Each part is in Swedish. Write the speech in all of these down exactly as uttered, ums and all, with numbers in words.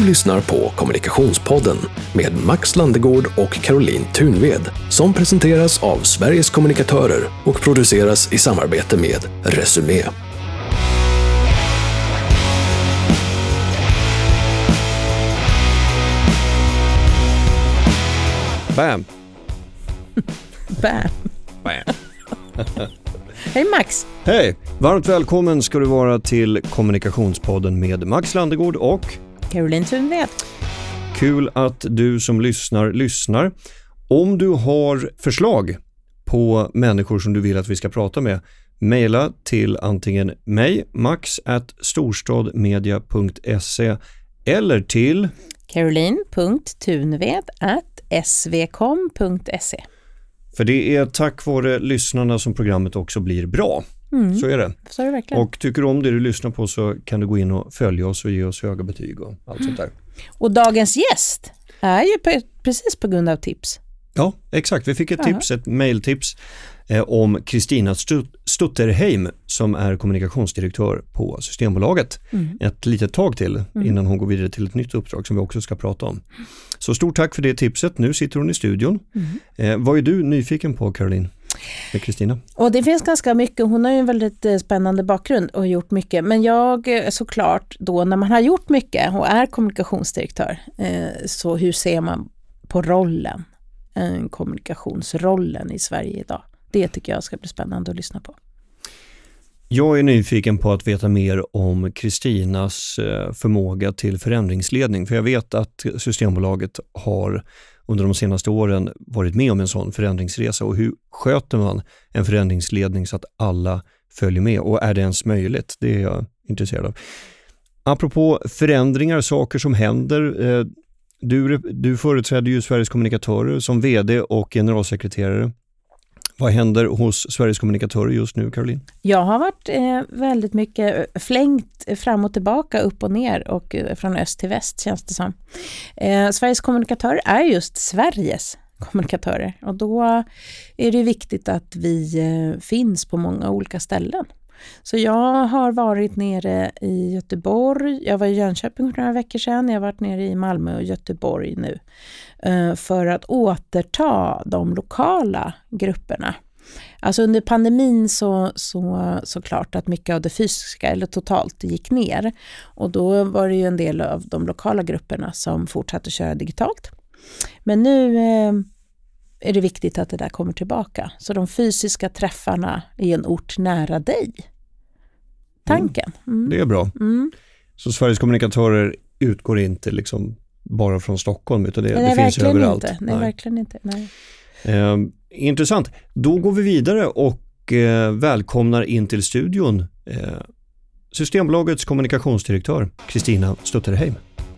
Du lyssnar på Kommunikationspodden med Max Landegård och Caroline Thunved som presenteras av Sveriges kommunikatörer och produceras i samarbete med Resumé. Bam! Bam! Bam! Hej Max! Hej! Varmt välkommen ska du vara till Kommunikationspodden med Max Landegård och Caroline Thunved. Kul att du som lyssnar, lyssnar. Om du har förslag på människor som du vill att vi ska prata med, mejla till antingen mig, max at storstadmedia punkt se eller till caroline punkt thunved at s v com punkt se. För det är tack vare lyssnarna som programmet också blir bra. Mm. Så är det. Så är det verkligen. Och tycker du om det du lyssnar på så kan du gå in och följa oss och ge oss höga betyg och allt sånt där. Och dagens gäst är ju på, precis på grund av tips. Ja, exakt. Vi fick ett Aha. tips, ett mejltips eh, om Kristina Stut- Stutterheim som är kommunikationsdirektör på Systembolaget. Mm. Ett litet tag till mm. innan hon går vidare till ett nytt uppdrag som vi också ska prata om. Så stort tack för det tipset. Nu sitter hon i studion. Mm. Eh, vad är du nyfiken på, Caroline? Med Kristina? Och det finns ganska mycket. Hon har ju en väldigt spännande bakgrund och gjort mycket. Men jag såklart då när man har gjort mycket och är kommunikationsdirektör eh, så hur ser man på rollen? Eh, kommunikationsrollen i Sverige idag. Det tycker jag ska bli spännande att lyssna på. Jag är nyfiken på att veta mer om Kristinas förmåga till förändringsledning. För jag vet att Systembolaget har under de senaste åren varit med om en sån förändringsresa. Och hur sköter man en förändringsledning så att alla följer med? Och är det ens möjligt? Det är jag intresserad av. Apropå förändringar, saker som händer. Du, du företräder ju Sveriges kommunikatörer som vd och generalsekreterare. Vad händer hos Sveriges kommunikatörer just nu, Caroline? Jag har varit eh, väldigt mycket flängt fram och tillbaka, upp och ner och eh, från öst till väst känns det som. Eh, Sveriges kommunikatörer är just Sveriges kommunikatörer och då är det viktigt att vi eh, finns på många olika ställen. Så jag har varit nere i Göteborg, jag var i Jönköping för några veckor sedan, jag har varit nere i Malmö och Göteborg nu eh, för att återta de lokala grupperna. Alltså under pandemin så, så, så klart att mycket av det fysiska eller totalt gick ner och då var det ju en del av de lokala grupperna som fortsatte köra digitalt. Men nu eh, är det viktigt att det där kommer tillbaka. Så de fysiska träffarna i en ort nära dig. Tanken. Mm. Det är bra. Mm. Så Sveriges kommunikatörer utgår inte liksom bara från Stockholm utan det, Nej, det finns överallt. Inte. Nej, Nej, verkligen inte. Nej. Eh, intressant. Då går vi vidare och eh, välkomnar in till studion eh, Systembolagets kommunikationsdirektör Kristina Stutterheim.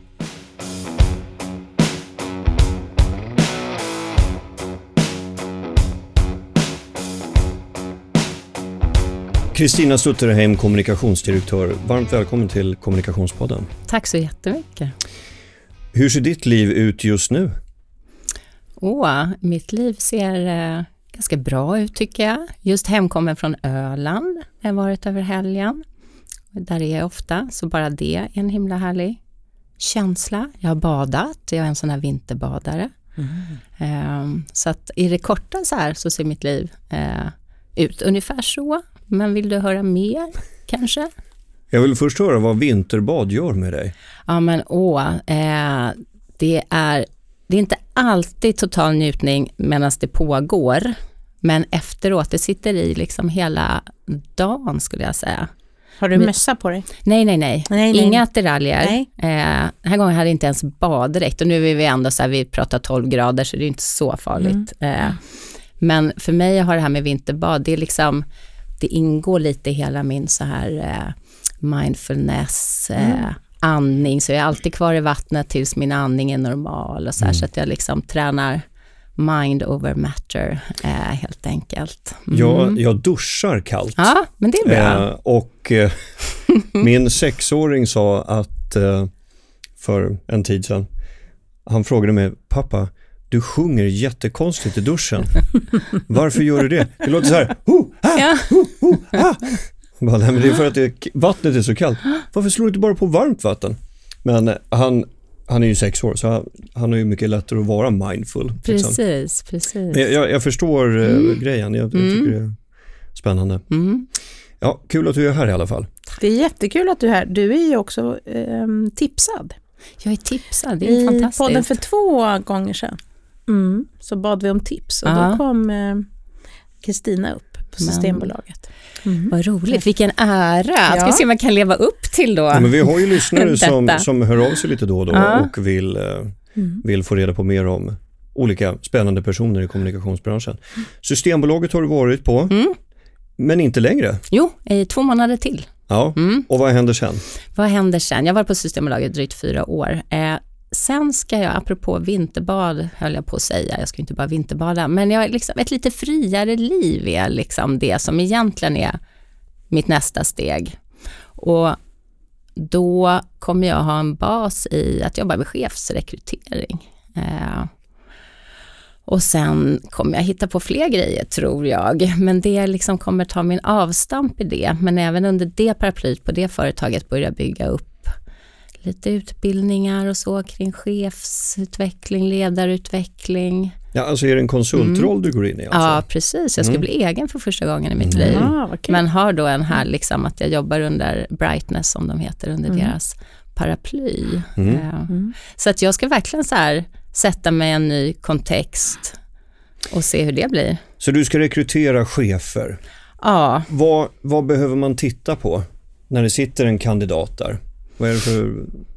Kristina Stutterheim, kommunikationsdirektör. Varmt välkommen till Kommunikationspodden. Tack så jättemycket. Hur ser ditt liv ut just nu? Åh, mitt liv ser eh, ganska bra ut tycker jag. Just hemkommen från Öland. Jag har varit över helgen. Där är jag ofta, så bara det är en himla härlig känsla. Jag har badat, jag är en sån här vinterbadare. Mm. Eh, så att i det korta så här så ser mitt liv eh, ut ungefär så. Men vill du höra mer kanske? Jag vill först höra vad vinterbad gör med dig. Ja men åh, eh, det, är, det är inte alltid total njutning medan det pågår. Men efteråt, det sitter i liksom hela dagen skulle jag säga. Har du mössa på dig? Nej, nej, nej. nej, nej. Inga attiraljer. Nej. Eh, den här gången hade jag inte ens baddräkt. Och nu är vi ändå så här, vi pratar tolv grader så det är inte så farligt. Mm. Eh, men för mig har det här med vinterbad, det är liksom... Det ingår lite i hela min så här eh, mindfulness, eh, mm. andning. Så jag är alltid kvar i vattnet tills min andning är normal. Och så, här, mm. så att jag liksom tränar mind over matter eh, helt enkelt. Mm. Jag, jag duschar kallt. Ja, men det är bra. Eh, och eh, min sexåring sa att eh, för en tid sedan, han frågade mig, pappa, du sjunger jättekonstigt i duschen. Varför gör du det? Det låter så här. Ho, ha, Ja. ho, ho, ha. Bara, nej, men det är för att det, vattnet är så kallt. Varför slår du inte bara på varmt vatten? Men han han är ju sex år så han, han har ju mycket lättare att vara mindful. Precis, liksom. precis. Men jag, jag förstår mm. uh, grejen, jag, jag tycker mm. det är spännande. Mm. Ja, kul att du är här i alla fall. Det är jättekul att du är här. Du är ju också eh, tipsad. Jag är tipsad, det är I fantastiskt. I podden för två gånger sedan mm. så bad vi om tips och ja. Då kom Kristina eh, upp på Men. Systembolaget. Mm. Vad roligt, vilken ära. Ja. Ska vi se om man kan leva upp till då. Ja, men vi har ju lyssnare som, som hör av sig lite då och då ja. Och vill, eh, mm. vill få reda på mer om olika spännande personer i kommunikationsbranschen. Systembolaget har du varit på, mm. men inte längre. Jo, i två månader till. Ja, mm. och vad händer sen? Vad händer sen? Jag var på Systembolaget drygt fyra år. Eh, sen ska jag, apropå vinterbad, höll jag på att säga, jag ska inte bara vinterbada, men jag liksom, ett lite friare liv är liksom det som egentligen är mitt nästa steg. Och då kommer jag ha en bas i att jobba med chefsrekrytering. Eh, Och sen kommer jag hitta på fler grejer, tror jag. Men det liksom kommer ta min avstamp i det. Men även under det paraplyt på det företaget börja bygga upp lite utbildningar och så kring chefsutveckling, ledarutveckling. Ja, alltså är det en konsultroll mm. du går in i? Alltså? Ja, precis. Jag ska mm. bli egen för första gången i mitt mm. liv. Ah, okay. Men har då en här liksom att jag jobbar under Brightness, som de heter, under mm. deras paraply. Mm. Ja. Mm. Så att jag ska verkligen så här sätta mig i en ny kontext och se hur det blir. Så du ska rekrytera chefer? Ja. Vad, vad behöver man titta på när det sitter en kandidat där? Vad är det för,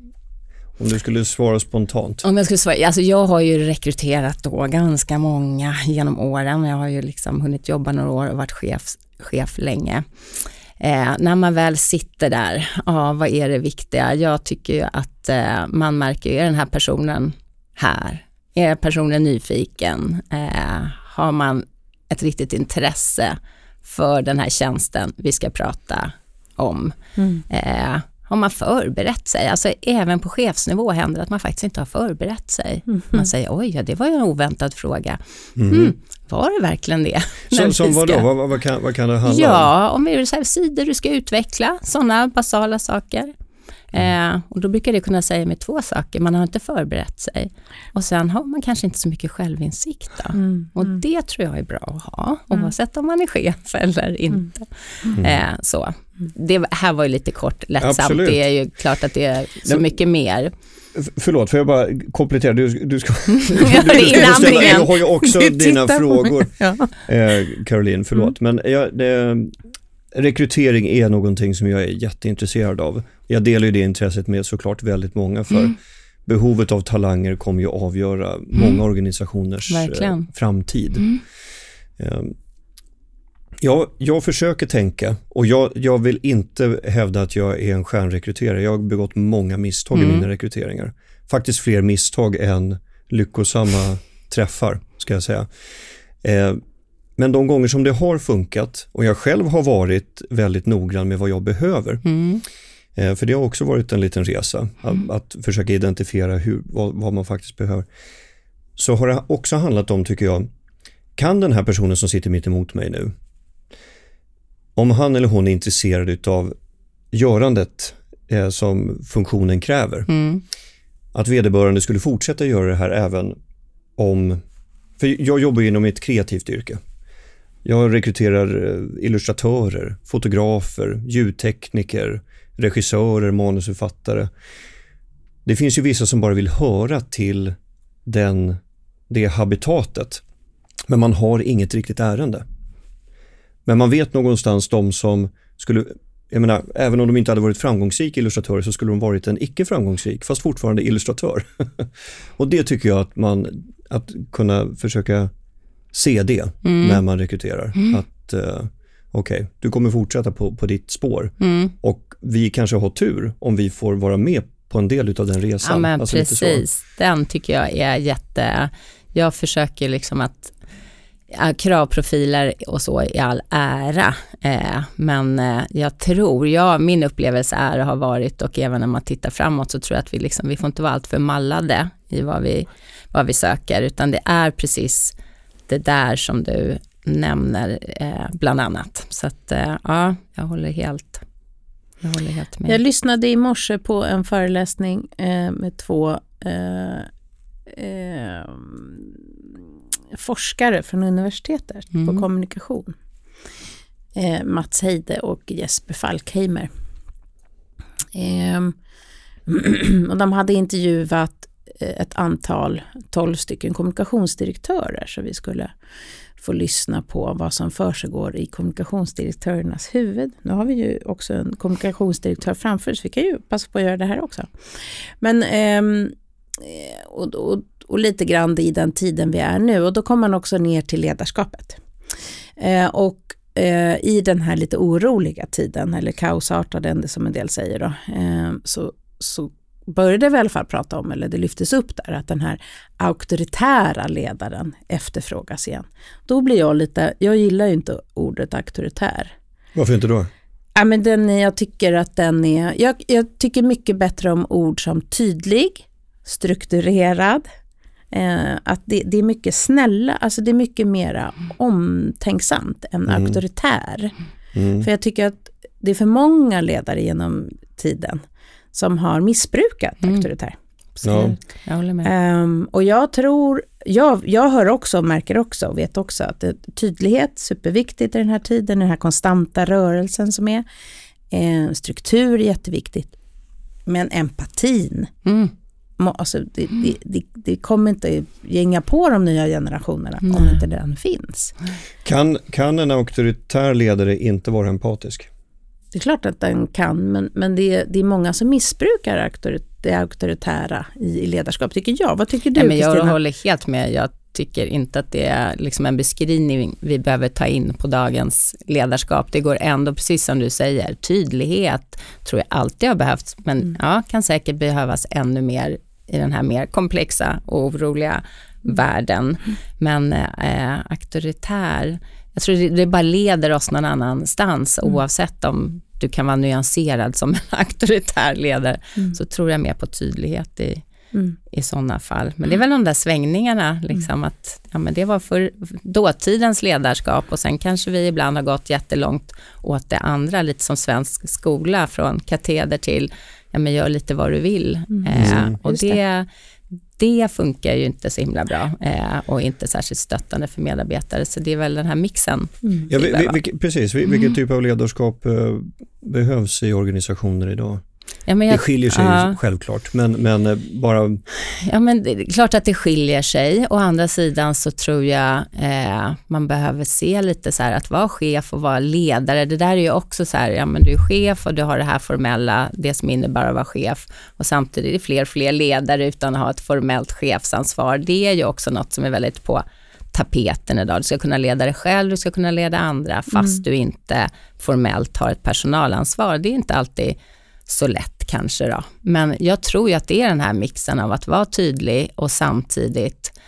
om du skulle svara spontant? Om jag skulle svara, alltså jag har ju rekryterat då ganska många genom åren. Jag har ju liksom hunnit jobba några år och varit chef, chef länge. Eh, när man väl sitter där, ja, vad är det viktiga? Jag tycker ju att eh, man märker ju, är den här personen här? Är personen nyfiken? Eh, har man ett riktigt intresse för den här tjänsten vi ska prata om? Mm. Eh, har man förberett sig? Alltså även på chefsnivå händer att man faktiskt inte har förberett sig. Mm. Man säger, oj, ja, det var ju en oväntad fråga. Mm. Mm, var det verkligen det? Så, som vad då? Vad, vad, kan, vad kan det handla om? Ja, om det är så här sidor du ska utveckla, sådana basala saker. Mm. Eh, och då brukar det kunna säga med två saker. Man har inte förberett sig. Och sen har man kanske inte så mycket självinsikt då. Mm. Och det tror jag är bra att ha. Mm. Oavsett om man är chef eller inte. Mm. Eh, så. Det här var ju lite kort lättsamt. Absolut. Det är ju klart att det är så Nej, mycket mer. F- förlåt, får jag bara komplettera? Du, du ska, du, du, ska ställa, jag har ju också dina frågor. Ja. Eh, Caroline, förlåt. Mm. Men jag, det, rekrytering är någonting som jag är jätteintresserad av. Jag delar ju det intresset med såklart väldigt många, för mm. behovet av talanger kommer ju avgöra mm. många organisationers eh, framtid. Mm. Eh, ja, jag försöker tänka, och jag, jag vill inte hävda att jag är en stjärnrekryterare. Jag har begått många misstag mm. i mina rekryteringar. Faktiskt fler misstag än lyckosamma träffar, ska jag säga. Eh, Men de gånger som det har funkat, och jag själv har varit väldigt noggrann med vad jag behöver, mm. eh, för det har också varit en liten resa mm. att, att försöka identifiera hur, vad, vad man faktiskt behöver, så har det också handlat om, tycker jag, kan den här personen som sitter mitt emot mig nu, om han eller hon är intresserad av görandet eh, som funktionen kräver, mm. att vederbörande skulle fortsätta göra det här även om, för jag jobbar inom ett kreativt yrke. Jag rekryterar illustratörer, fotografer, ljudtekniker, regissörer, manusförfattare. Det finns ju vissa som bara vill höra till den, det habitatet, men man har inget riktigt ärende. Men man vet någonstans de som skulle, jag menar, även om de inte hade varit framgångsrika illustratörer så skulle de varit en icke-framgångsrik, fast fortfarande illustratör. Och det tycker jag att man, att kunna försöka se det mm. när man rekryterar. Mm. Att uh, okej, okay, du kommer fortsätta på, på ditt spår. Mm. Och vi kanske har tur om vi får vara med på en del av den resan. Ja, men alltså precis. Den tycker jag är jätte... Jag försöker liksom att ja, kravprofiler och så i all ära. Eh, men eh, jag tror, ja, min upplevelse är har varit, och även när man tittar framåt så tror jag att vi, liksom, vi får inte vara allt för mallade i vad vi, vad vi söker. Utan det är precis det där som du nämner eh, bland annat. Så att eh, ja, jag håller helt Jag håller helt med. Jag lyssnade i morse på en föreläsning eh, med två eh, eh, forskare från universitetet mm. på kommunikation. Eh, Mats Heide och Jesper Falkheimer. Eh, och de hade intervjuat ett antal, tolv stycken kommunikationsdirektörer, så vi skulle få lyssna på vad som försiggår i kommunikationsdirektörernas huvud. Nu har vi ju också en kommunikationsdirektör framför oss, vi kan ju passa på att göra det här också. Men eh, och, och, och lite grann i den tiden vi är nu, och då kommer man också ner till ledarskapet. Eh, och eh, i den här lite oroliga tiden, eller kaosartade som en del säger då, eh, så, så började vi i alla fall prata om, eller det lyftes upp där, att den här auktoritära ledaren efterfrågas igen. Då blir jag lite, jag gillar ju inte ordet auktoritär. Varför inte då? Ja, men den, jag tycker att den är, jag, jag tycker mycket bättre om ord som tydlig, strukturerad, eh, att det, det är mycket snälla, alltså det är mycket mera omtänksamt än mm. auktoritär. Mm. För jag tycker att det är för många ledare genom tiden som har missbrukat mm. auktoritär. Ja. Jag håller med. Um, och jag tror, jag, jag hör också, märker också och vet också att det, tydlighet är superviktigt i den här tiden, den här konstanta rörelsen som är. Eh, struktur är jätteviktigt. Men empatin, mm. må, alltså det, det, det, det kommer inte gänga på de nya generationerna mm. om inte den finns. Kan, kan en auktoritär ledare inte vara empatisk? Det är klart att den kan, men, men det, är, det är många som missbrukar auktorit, det auktoritära i, i ledarskap, tycker jag. Vad tycker du, ja, men jag Kristina? håller helt med. Jag tycker inte att det är liksom en beskrivning vi behöver ta in på dagens ledarskap. Det går ändå, precis som du säger, tydlighet tror jag alltid har behövts, men mm. ja, kan säkert behövas ännu mer i den här mer komplexa och oroliga mm. världen. Mm. Men eh, auktoritär, jag tror det, det bara leder oss någon annanstans mm. oavsett om du kan vara nyanserad som en auktoritär ledare mm. så tror jag mer på tydlighet i, mm. i sådana fall. Men det är väl de där svängningarna liksom mm. att ja, men det var för dåtidens ledarskap och sen kanske vi ibland har gått jättelångt åt det andra, lite som svensk skola från kateder till ja, men gör lite vad du vill. Mm. Eh, och det Det funkar ju inte så himla bra eh, och inte särskilt stöttande för medarbetare. Så det är väl den här mixen. Mm. Ja, vi, vi, precis, vi, vilken typ av ledarskap eh, behövs i organisationer idag? Ja, men jag, det skiljer sig ja. självklart, men, men bara... Ja, men det är klart att det skiljer sig. Å andra sidan så tror jag eh, man behöver se lite så här att vara chef och vara ledare. Det där är ju också så här, ja men du är chef och du har det här formella, det som innebär att vara chef. Och samtidigt är det fler och fler ledare utan att ha ett formellt chefsansvar. Det är ju också något som är väldigt på tapeten idag. Du ska kunna leda dig själv, du ska kunna leda andra fast mm. du inte formellt har ett personalansvar. Det är inte alltid så lätt kanske då. Men jag tror ju att det är den här mixen av att vara tydlig och samtidigt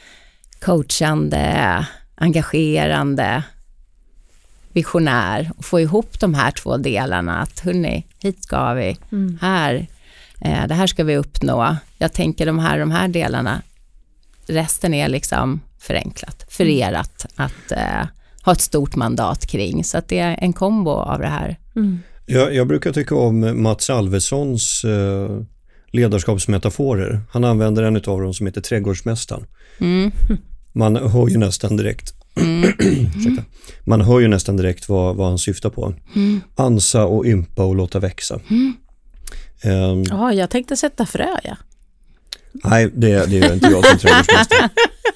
coachande, engagerande, visionär och få ihop de här två delarna. Att hörni, hit ska vi, mm. här, eh, det här ska vi uppnå. Jag tänker de här, de här delarna. Resten är liksom förenklat, förerat att eh, ha ett stort mandat kring. Så att det är en kombo av det här. Mm. Jag, jag brukar tycka om Mats Alvessons eh, ledarskapsmetaforer. Han använder en av dem som heter trädgårdsmästaren. Mm. Man hör ju nästan direkt mm. man hör ju nästan direkt vad, vad han syftar på. Mm. Ansa och ympa och låta växa. Mm. Um, oh, jag tänkte sätta frö, ja. Nej, det, det är inte jag som trädgårdsmästare.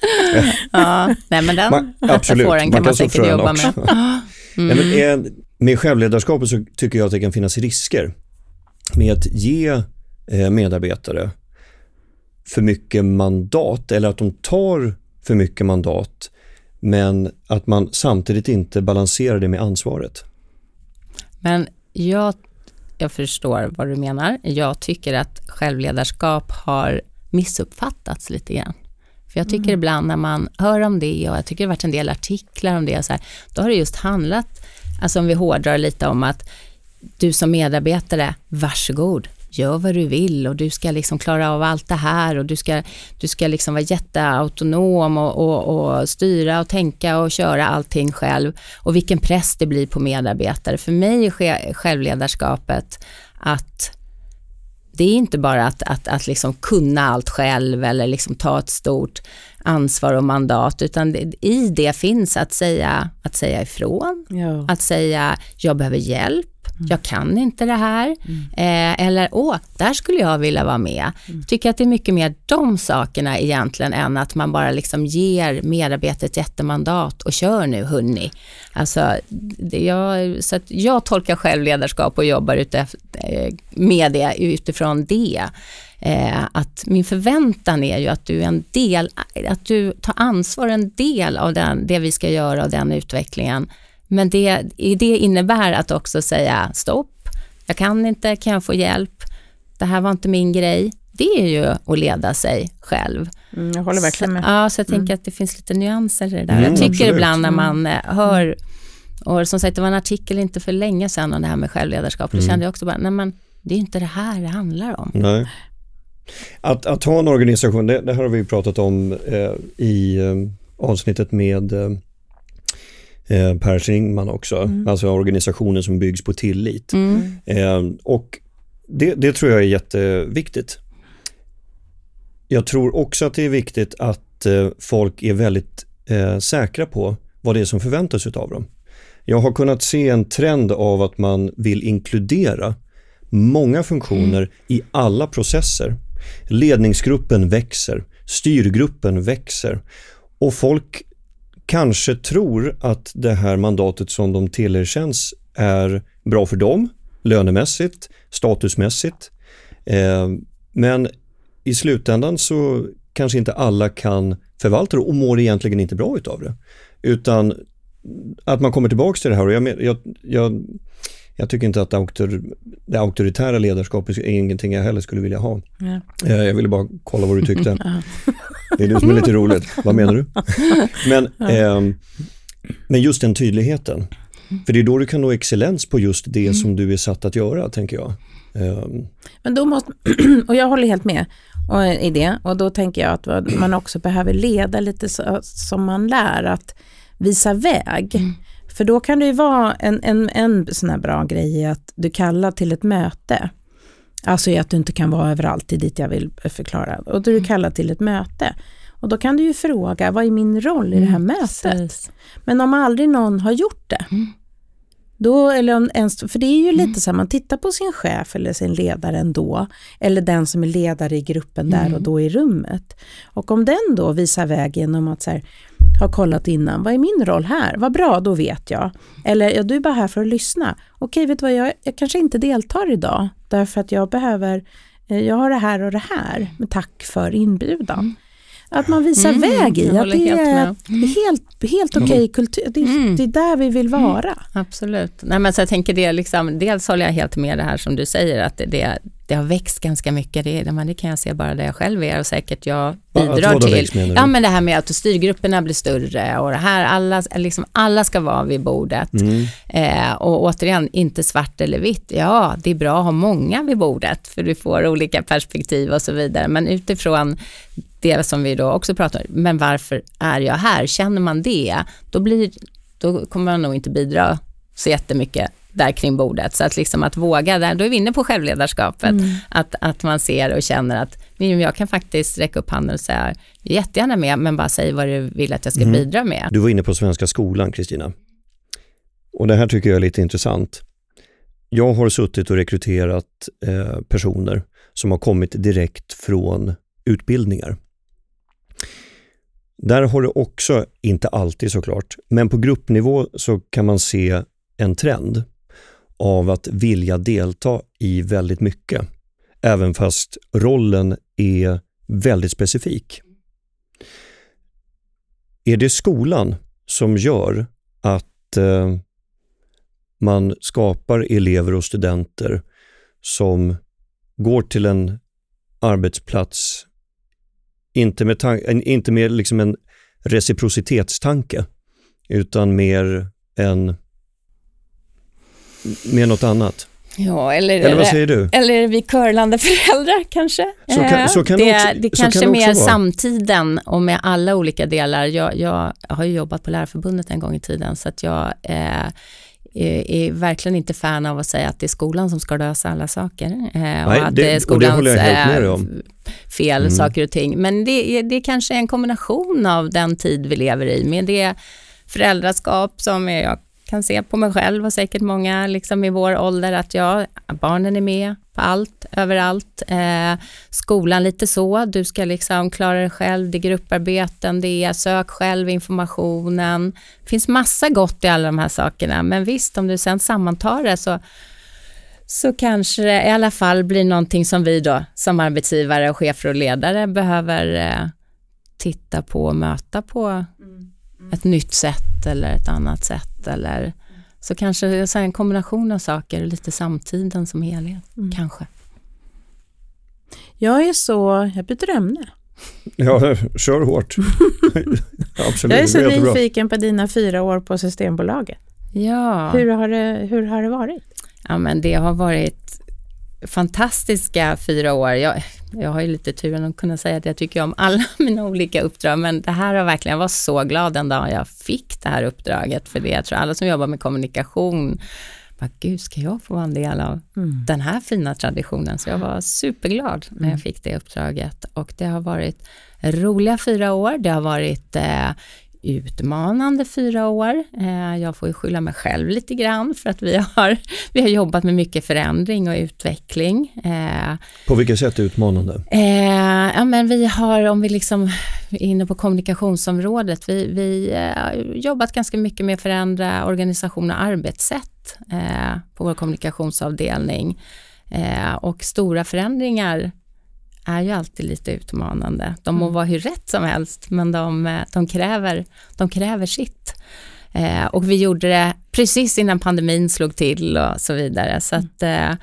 Ja, nej, men den man, absolut, kan man, man kan säkert jobba också. med. Mm. Nej, men, eh, med självledarskapet så tycker jag att det kan finnas risker med att ge eh, medarbetare för mycket mandat eller att de tar för mycket mandat men att man samtidigt inte balanserar det med ansvaret. Men jag, jag förstår vad du menar. Jag tycker att självledarskap har missuppfattats lite grann. För jag tycker mm. ibland när man hör om det och jag tycker det har varit en del artiklar om det och så här, då har det just handlat, alltså om vi hårdrar lite om att du som medarbetare, varsågod, gör vad du vill och du ska liksom klara av allt det här och du ska, du ska liksom vara jätteautonom och, och, och styra och tänka och köra allting själv, och vilken press det blir på medarbetare. För mig är självledarskapet att det är inte bara att, att, att liksom kunna allt själv eller liksom ta ett stort ansvar och mandat, utan det, i det finns att säga, att säga ifrån, ja. Att säga jag behöver hjälp, mm. jag kan inte det här, mm. eh, eller åh, där skulle jag vilja vara med. Mm. Tycker att det är mycket mer de sakerna egentligen än att man bara liksom ger medarbetet jättemandat och kör nu hörni. Alltså, det, jag, så att jag tolkar självledarskap och jobbar utefter, med det utifrån det. Eh, att min förväntan är ju att du är en del, att du tar ansvar en del av den, det vi ska göra och den utvecklingen. Men det, det innebär att också säga stopp, jag kan inte, kan jag få hjälp? Det här var inte min grej. Det är ju att leda sig själv. Mm, jag håller verkligen med. Så, ja, så jag tänker mm. att det finns lite nyanser i det där. Mm, jag tycker absolut. ibland när man hör, och som sagt det var en artikel inte för länge sedan om det här med självledarskap. Mm. Då kände jag också bara, nej men det är inte det här det handlar om. Nej. Att, att ha en organisation, det, det här har vi pratat om eh, i eh, avsnittet med eh, Per Schlingmann också. Mm. Alltså organisationen som byggs på tillit. Mm. Eh, och det, det tror jag är jätteviktigt. Jag tror också att det är viktigt att eh, folk är väldigt eh, säkra på vad det är som förväntas av dem. Jag har kunnat se en trend av att man vill inkludera många funktioner mm. i alla processer. Ledningsgruppen växer, styrgruppen växer och folk kanske tror att det här mandatet som de tillerkänns är bra för dem, lönemässigt, statusmässigt. Eh, men i slutändan så kanske inte alla kan förvalta det och mår egentligen inte bra utav det. Utan att man kommer tillbaka till det här, och jag, jag, jag, jag tycker inte att auktor, det auktoritära ledarskapet är ingenting jag heller skulle vilja ha. Ja. Jag ville bara kolla vad du tyckte. Det är det som är lite roligt. Vad menar du? Men, eh, men just den tydligheten. För det är då du kan nå excellens på just det mm. som du är satt att göra, tänker jag. Eh. Men då måste, och jag håller helt med i det. Och då tänker jag att man också behöver leda lite så, som man lär, att visa väg. Mm. För då kan det ju vara en, en, en sån här bra grej att du kallar till ett möte. Alltså att du inte kan vara överallt i dit jag vill förklara. Och då du kallar till ett möte. Och då kan du ju fråga, vad är min roll i det här mm, mötet? Precis. Men om aldrig någon har gjort det. Mm. Då, eller om ens, för det är ju lite mm. så här, man tittar på sin chef eller sin ledare ändå. Eller den som är ledare i gruppen där mm. och då i rummet. Och om den då visar väg genom att så här, ha kollat innan, vad är min roll här? Vad bra, då vet jag. Eller, ja, du är bara här för att lyssna. Okej, vet du vad, jag, jag kanske inte deltar idag. Därför att jag behöver, jag har det här och det här. Men tack för inbjudan. Mm. Att man visar mm, väg i att det är mm. helt, helt okej okay kultur. Det, mm. det är där vi vill vara. Mm, absolut. Nej, men så jag tänker det liksom, dels håller jag helt med det här som du säger, att det, det, det har växt ganska mycket. Det, det kan jag se bara där jag själv är och säkert jag bidrar ja, till. Växt, ja, men det här med att styrgrupperna blir större och det här, alla, liksom, alla ska vara vid bordet. Mm. Eh, och återigen, inte svart eller vitt. Ja, det är bra att ha många vid bordet för du får olika perspektiv och så vidare. Men utifrån det som vi då också pratar om, men varför är jag här? Känner man det, då, blir, då kommer man nog inte bidra så jättemycket där kring bordet. Så att liksom att våga, där, då är vi inne på självledarskapet. Mm. Att, att man ser och känner att jag kan faktiskt räcka upp handen och säga, jättegärna med, men bara säg vad du vill att jag ska mm. bidra med. Du var inne på Svenska skolan, Kristina. Och det här tycker jag är lite intressant. Jag har suttit och rekryterat eh, personer som har kommit direkt från utbildningar. Där har det också, inte alltid såklart, men på gruppnivå så kan man se en trend av att vilja delta i väldigt mycket. Även fast rollen är väldigt specifik. Är det skolan som gör att eh, man skapar elever och studenter som går till en arbetsplats inte med, tan- inte med liksom en reciprocitetstanke utan mer en med något annat? Ja, eller, eller vad säger du? Eller är vi körlande föräldrar kanske? Så kan, så kan det, det, också, det så kanske kan det mer också vara. Samtiden och med alla olika delar. Jag, jag har ju jobbat på Lärarförbundet en gång i tiden, så att jag eh, är, är verkligen inte fan av att säga att det är skolan som ska lösa alla saker. Eh, Nej, och att det, det är skolans och det håller jag helt med dig om. Eh, fel mm. saker och ting. Men det är, det är kanske en kombination av den tid vi lever i med det föräldraskap som är, jag kan se på mig själv och säkert många liksom i vår ålder, att jag, barnen är med på allt, överallt. Eh, skolan lite så, du ska liksom klara dig själv, det är grupparbeten, det är sök själv informationen. Det finns massa gott i alla de här sakerna, men visst, om du sen sammantar det så, så kanske det i alla fall blir någonting som vi då som arbetsgivare och chefer och ledare behöver eh, titta på och möta på mm. Mm. ett nytt sätt eller ett annat sätt, eller så kanske så en kombination av saker, lite samtiden som helhet, mm. kanske. Jag är så, jag byter ämne. Ja, kör hårt. Absolut. Jag är så nyfiken på dina fyra år på Systembolaget. Ja. Hur har det, hur har det varit? Ja, men det har varit fantastiska fyra år. Jag, jag har ju lite turen att kunna säga att jag tycker om alla mina olika uppdrag, men det här har verkligen, jag var så glad den dag jag fick det här uppdraget, för det jag tror alla som jobbar med kommunikation bara, gud, ska jag få vara en del av mm. den här fina traditionen? Så jag var superglad när jag fick det uppdraget, och det har varit roliga fyra år, det har varit eh, utmanande fyra år. Eh, jag får ju skylla mig själv lite grann för att vi har, vi har jobbat med mycket förändring och utveckling. Eh, på vilket sätt utmanande? Eh, ja, men vi har, om vi liksom är inne på kommunikationsområdet, vi, vi har eh, jobbat ganska mycket med att förändra organisation och arbetssätt eh, på vår kommunikationsavdelning. Eh, och stora förändringar är ju alltid lite utmanande. De må mm. vara hur rätt som helst, men de, de, kräver, de kräver sitt. Eh, och vi gjorde det precis innan pandemin slog till och så vidare. Så att, eh,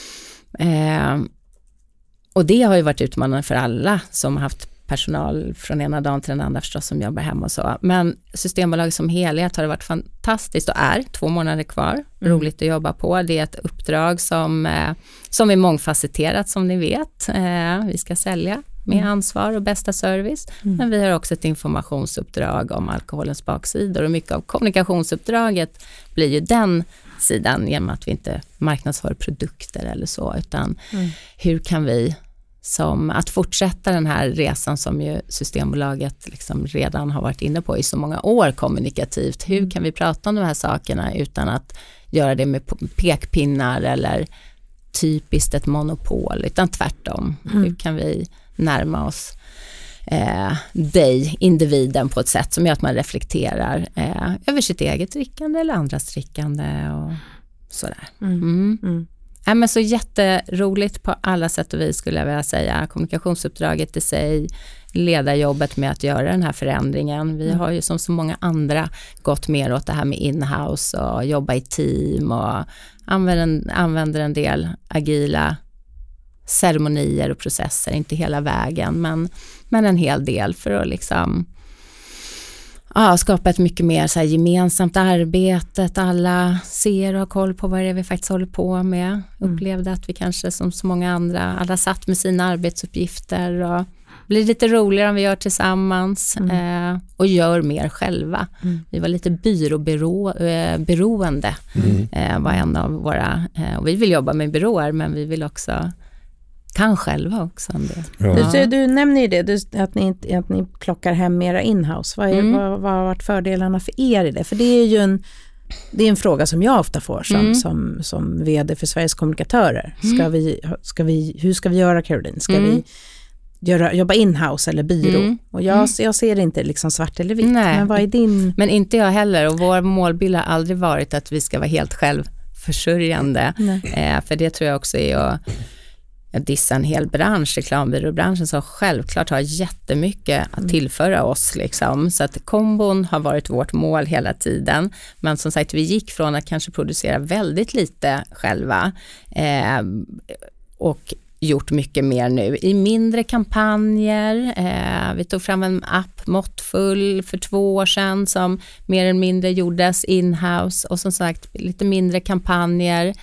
eh, och det har ju varit utmanande för alla som har haft personal från ena dagen till den andra förstås, som jobbar hemma och så. Men Systembolaget som helhet har det varit fantastiskt och är två månader kvar. Mm. Roligt att jobba på. Det är ett uppdrag som, eh, som är mångfacetterat, som ni vet. Eh, vi ska sälja med mm. ansvar och bästa service. Mm. Men vi har också ett informationsuppdrag om alkoholens baksidor, och mycket av kommunikationsuppdraget blir ju den sidan, genom att vi inte marknadsför produkter eller så, utan mm. hur kan vi som att fortsätta den här resan som ju Systembolaget liksom redan har varit inne på i så många år kommunikativt. Hur kan vi prata om de här sakerna utan att göra det med pekpinnar eller typiskt ett monopol, utan tvärtom. Mm. Hur kan vi närma oss eh, dig, individen, på ett sätt som gör att man reflekterar eh, över sitt eget drickande eller andras drickande och sådär. Mm. Mm. Mm. Ja, men så jätteroligt på alla sätt och vis, skulle jag vilja säga. Kommunikationsuppdraget i sig, ledarjobbet med att göra den här förändringen. Vi mm. har ju som så många andra gått mer åt det här med in-house och jobba i team och använder, använder en del agila ceremonier och processer, inte hela vägen, men, men en hel del för att liksom ja, skapa ett mycket mer så här gemensamt arbete, att alla ser och har koll på vad det är vi faktiskt håller på med. Mm. Upplevde att vi kanske som så många andra, alla satt med sina arbetsuppgifter och blir lite roligare om vi gör tillsammans mm. eh, och gör mer själva. Mm. Vi var lite byråberoende mm. eh, var en av våra, eh, och vi vill jobba med byråer, men vi vill också kan själva också om det. Ja. Du, du nämner ju det, du, att, ni, att ni plockar hem mera inhouse. Vad, är, mm. vad, vad har varit fördelarna för er i det? För det är ju en, det är en fråga som jag ofta får som, mm. som, som vd för Sveriges kommunikatörer. Ska mm. vi, ska vi, hur ska vi göra, Caroline? Ska mm. vi göra, jobba inhouse eller byrå? Mm. Och jag, mm. jag ser inte liksom svart eller vitt. Nej. Men vad är din... Men inte jag heller, och vår målbild har aldrig varit att vi ska vara helt självförsörjande. Eh, för det tror jag också är att jag dissar en hel bransch, reklambyråbranschen, som självklart har jättemycket att tillföra oss. Liksom. Så att kombon har varit vårt mål hela tiden. Men som sagt, vi gick från att kanske producera väldigt lite själva eh, och gjort mycket mer nu i mindre kampanjer. Eh, vi tog fram en app, Måttfull, för två år sedan som mer eller mindre gjordes in-house, och som sagt lite mindre kampanjer.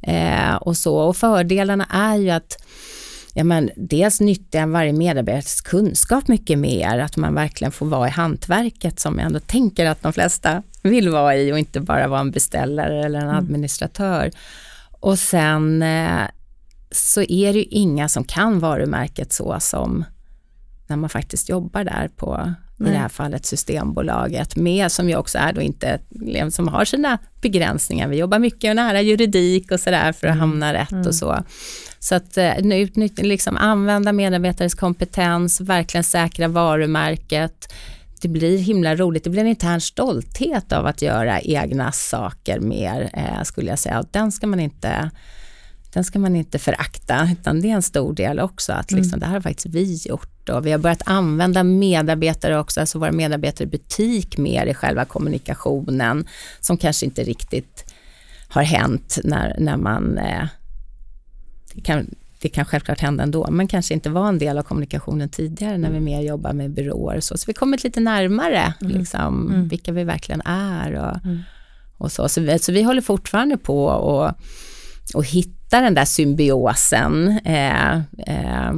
Eh, och, så. och fördelarna är ju att ja, men dels nyttjar varje medarbetares kunskap mycket mer, att man verkligen får vara i hantverket som jag ändå tänker att de flesta vill vara i och inte bara vara en beställare eller en administratör. Mm. Och sen eh, så är det ju inga som kan varumärket så som när man faktiskt jobbar där på Nej. i det här fallet Systembolaget med, som ju också är då inte, som har sina begränsningar. Vi jobbar mycket nära juridik och sådär för att mm. hamna rätt mm. och så. Så att nu utnyttja, liksom använda medarbetares kompetens, verkligen säkra varumärket. Det blir himla roligt. Det blir en intern stolthet av att göra egna saker mer, eh, skulle jag säga. Och den ska man inte den ska man inte förakta, utan det är en stor del också att liksom, mm. det här har faktiskt vi gjort. Och vi har börjat använda medarbetare också, alltså våra medarbetare i butik mer i själva kommunikationen, som kanske inte riktigt har hänt när, när man eh, det, kan, det kan självklart hända ändå, men kanske inte var en del av kommunikationen tidigare när vi mer jobbar med byråer. Så, så vi kommer lite närmare mm. liksom, mm. vilka vi verkligen är och, mm. och så. Så vi, så vi håller fortfarande på och, och hitta den där symbiosen. Eh, eh,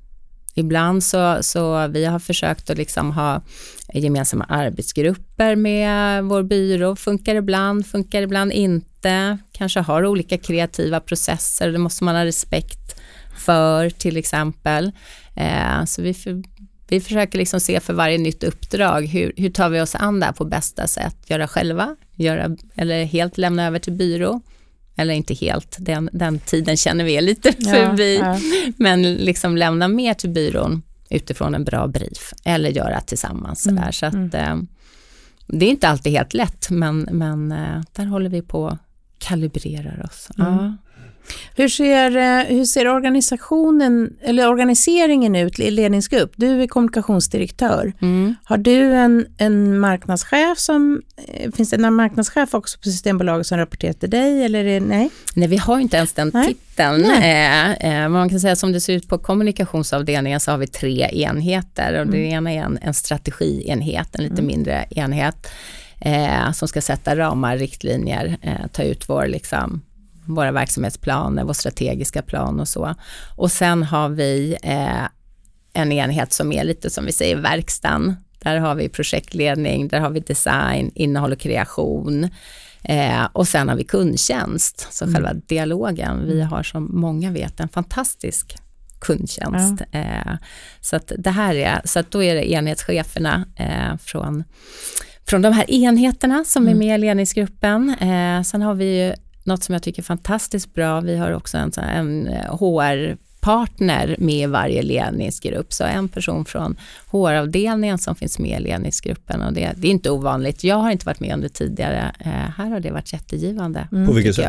ibland så, så vi har försökt att liksom ha gemensamma arbetsgrupper med vår byrå. Funkar ibland, funkar ibland inte. Kanske har olika kreativa processer, det måste man ha respekt för till exempel. Eh, så vi, för, vi försöker liksom se för varje nytt uppdrag, hur, hur tar vi oss an där på bästa sätt? Göra själva, göra, eller helt lämna över till byrå. Eller inte helt, den, den tiden känner vi är lite förbi. Ja, ja. Men liksom lämna mer till byrån utifrån en bra brief. Eller göra tillsammans. Mm, så att, mm. eh, det är inte alltid helt lätt, men, men eh, där håller vi på att kalibrera oss. Mm. Ja. Hur ser, hur ser organisationen eller organiseringen ut i ledningsgrupp? Du är kommunikationsdirektör. Mm. Har du en, en marknadschef som, finns det en marknadschef också på Systembolaget som rapporterar till dig eller är det, nej? Nej, vi har inte ens den nej. titeln. Eh, eh, man kan säga som det ser ut på kommunikationsavdelningen så har vi tre enheter och mm. det ena är en, en strategienhet, en lite mm. mindre enhet eh, som ska sätta ramar, riktlinjer, eh, ta ut vår liksom våra verksamhetsplaner, vår strategiska plan och så. Och sen har vi eh, en enhet som är lite som vi säger verkstaden. Där har vi projektledning, där har vi design, innehåll och kreation. Eh, och sen har vi kundtjänst, så mm. själva dialogen. Vi har som många vet en fantastisk kundtjänst. Ja. Eh, så att det här är, så att då är det enhetscheferna eh, från, från de här enheterna som mm. är med i ledningsgruppen. Eh, sen har vi ju något som jag tycker är fantastiskt bra. Vi har också en, en H R-partner med i varje ledningsgrupp. Så en person från H R-avdelningen som finns med i ledningsgruppen. Och det, det är inte ovanligt. Jag har inte varit med om det tidigare. Eh, här har det varit jättegivande. Mm. På vilket sätt?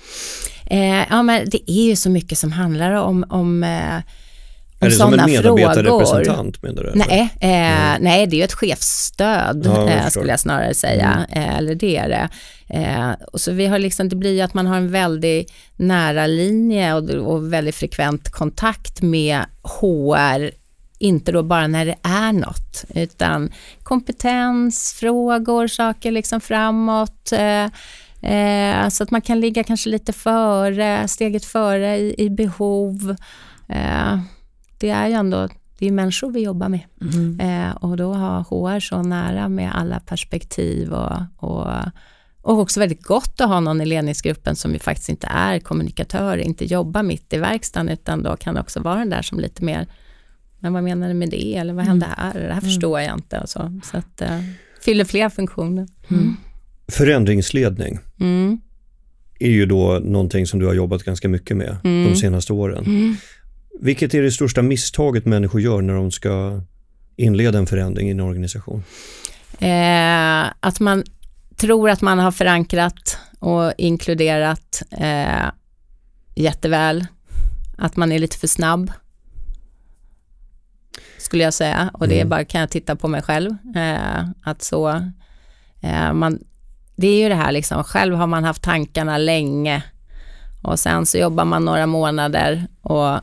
Eh, ja, men det är ju så mycket som handlar om... om eh, Är det som en medarbetarrepresentant menar du? Nej, eh, mm. nej, det är ju ett chefsstöd ja, eh, skulle jag snarare säga. Mm. Eh, eller det är det. Eh, och så vi har liksom, det blir ju att man har en väldigt nära linje och, och väldigt frekvent kontakt med H R. Inte då bara när det är något, utan kompetens, frågor, saker liksom framåt. Eh, eh, så att man kan ligga kanske lite före, steget före i, i behov. Eh, Det är ju ändå, det är människor vi jobbar med. Mm. Eh, och då har H R så nära med alla perspektiv och, och, och också väldigt gott att ha någon i ledningsgruppen som vi faktiskt inte är kommunikatör, inte jobbar mitt i verkstaden utan då kan också vara den där som lite mer, men vad menar du med det? Eller vad hände här? Det här mm. förstår jag inte. Och så så att eh, fyller fler funktioner. Mm. Förändringsledning. Mm. är ju då någonting som du har jobbat ganska mycket med mm. de senaste åren. Mm. Vilket är det största misstaget människor gör när de ska inleda en förändring i en organisation? Eh, att man tror att man har förankrat och inkluderat eh, jätteväl. Att man är lite för snabb. Skulle jag säga. Och det är bara, kan jag titta på mig själv. Eh, att så... Eh, man, det är ju det här liksom, själv har man haft tankarna länge. Och sen så jobbar man några månader och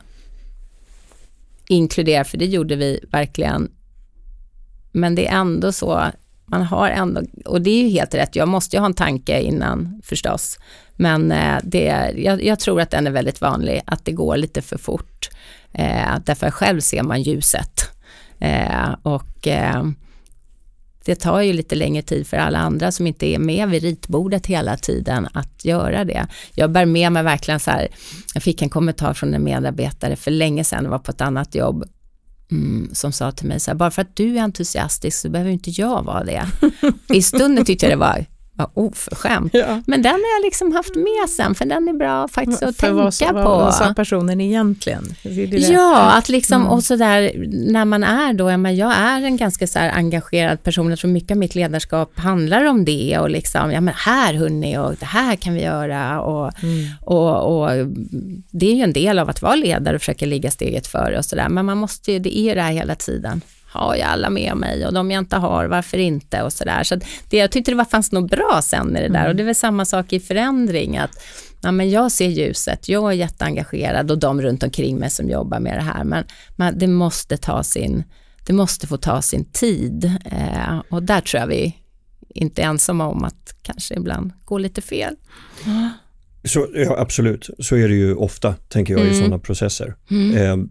inkluderar, för det gjorde vi verkligen. Men det är ändå så, man har ändå, och det är ju helt rätt, jag måste ju ha en tanke innan förstås, men eh, det, jag, jag tror att den är väldigt vanlig, att det går lite för fort, eh, därför själv ser man ljuset eh, och eh, det tar ju lite längre tid för alla andra som inte är med vid ritbordet hela tiden att göra det. Jag bär med mig verkligen så här, jag fick en kommentar från en medarbetare för länge sedan, var på ett annat jobb, mm, som sa till mig så här, bara för att du är entusiastisk så behöver inte jag vara det. I stunden tyckte jag det var, var oförskämt. Ja. Men den har jag liksom haft med sen, för den är bra faktiskt att för tänka vad, på. Vad sa personen egentligen? Det det ja, att liksom, mm. och så där, när man är då, jag, jag är en ganska så här engagerad person, jag tror mycket av mitt ledarskap handlar om det, och liksom, ja men här hörni, och det här kan vi göra, och, mm. och, och det är ju en del av att vara ledare och försöka ligga steget före och sådär, men man måste ju, det är ju det här hela tiden. Har jag alla med mig, och de jag inte har, varför inte, och sådär. Så det, jag tyckte det var, fanns något bra sen i det där, mm. och det är väl samma sak i förändring, att ja, men jag ser ljuset, jag är jätteengagerad, och de runt omkring mig som jobbar med det här, men, men det måste ta sin, det måste få ta sin tid, eh, och där tror jag vi inte är ensamma om att kanske ibland gå lite fel. Så, ja, absolut, så är det ju ofta, tänker jag, mm. i sådana processer. Mm. Eh,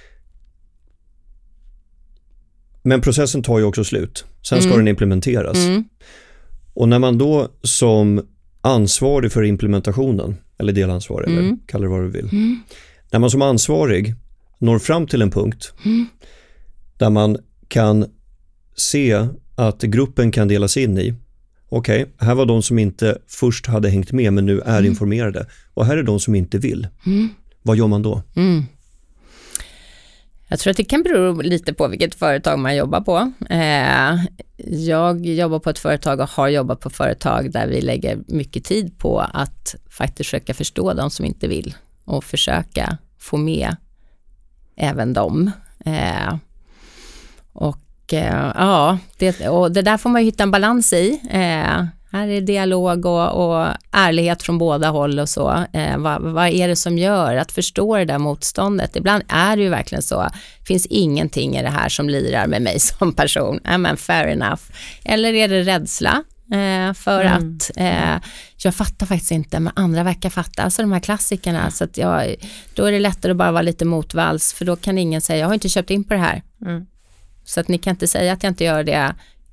Men processen tar ju också slut. Sen ska mm. den implementeras. Mm. Och när man då som ansvarig för implementationen, eller delansvarig, mm. eller kalla det vad du vill. Mm. När man som ansvarig når fram till en punkt mm. där man kan se att gruppen kan delas in i. Okej, okay, här var de som inte först hade hängt med men nu är mm. informerade. Och här är de som inte vill. Mm. Vad gör man då? Mm. Jag tror att det kan bero lite på vilket företag man jobbar på. Eh, jag jobbar på ett företag och har jobbat på företag där vi lägger mycket tid på att faktiskt försöka förstå de som inte vill och försöka få med även dem. Eh, och eh, ja, det, och det där får man ju hitta en balans i. Eh, Här är dialog och, och ärlighet från båda håll och så. Eh, vad, vad är det som gör att förstå det där motståndet? Ibland är det ju verkligen så. Det finns ingenting i det här som lirar med mig som person. I men fair enough. Eller är det rädsla? Eh, för mm. att eh, jag fattar faktiskt inte, men andra verkar fatta. Alltså de här klassikerna. Så att jag, då är det lättare att bara vara lite motvalls. För då kan ingen säga, jag har inte köpt in på det här. Mm. Så att ni kan inte säga att jag inte gör det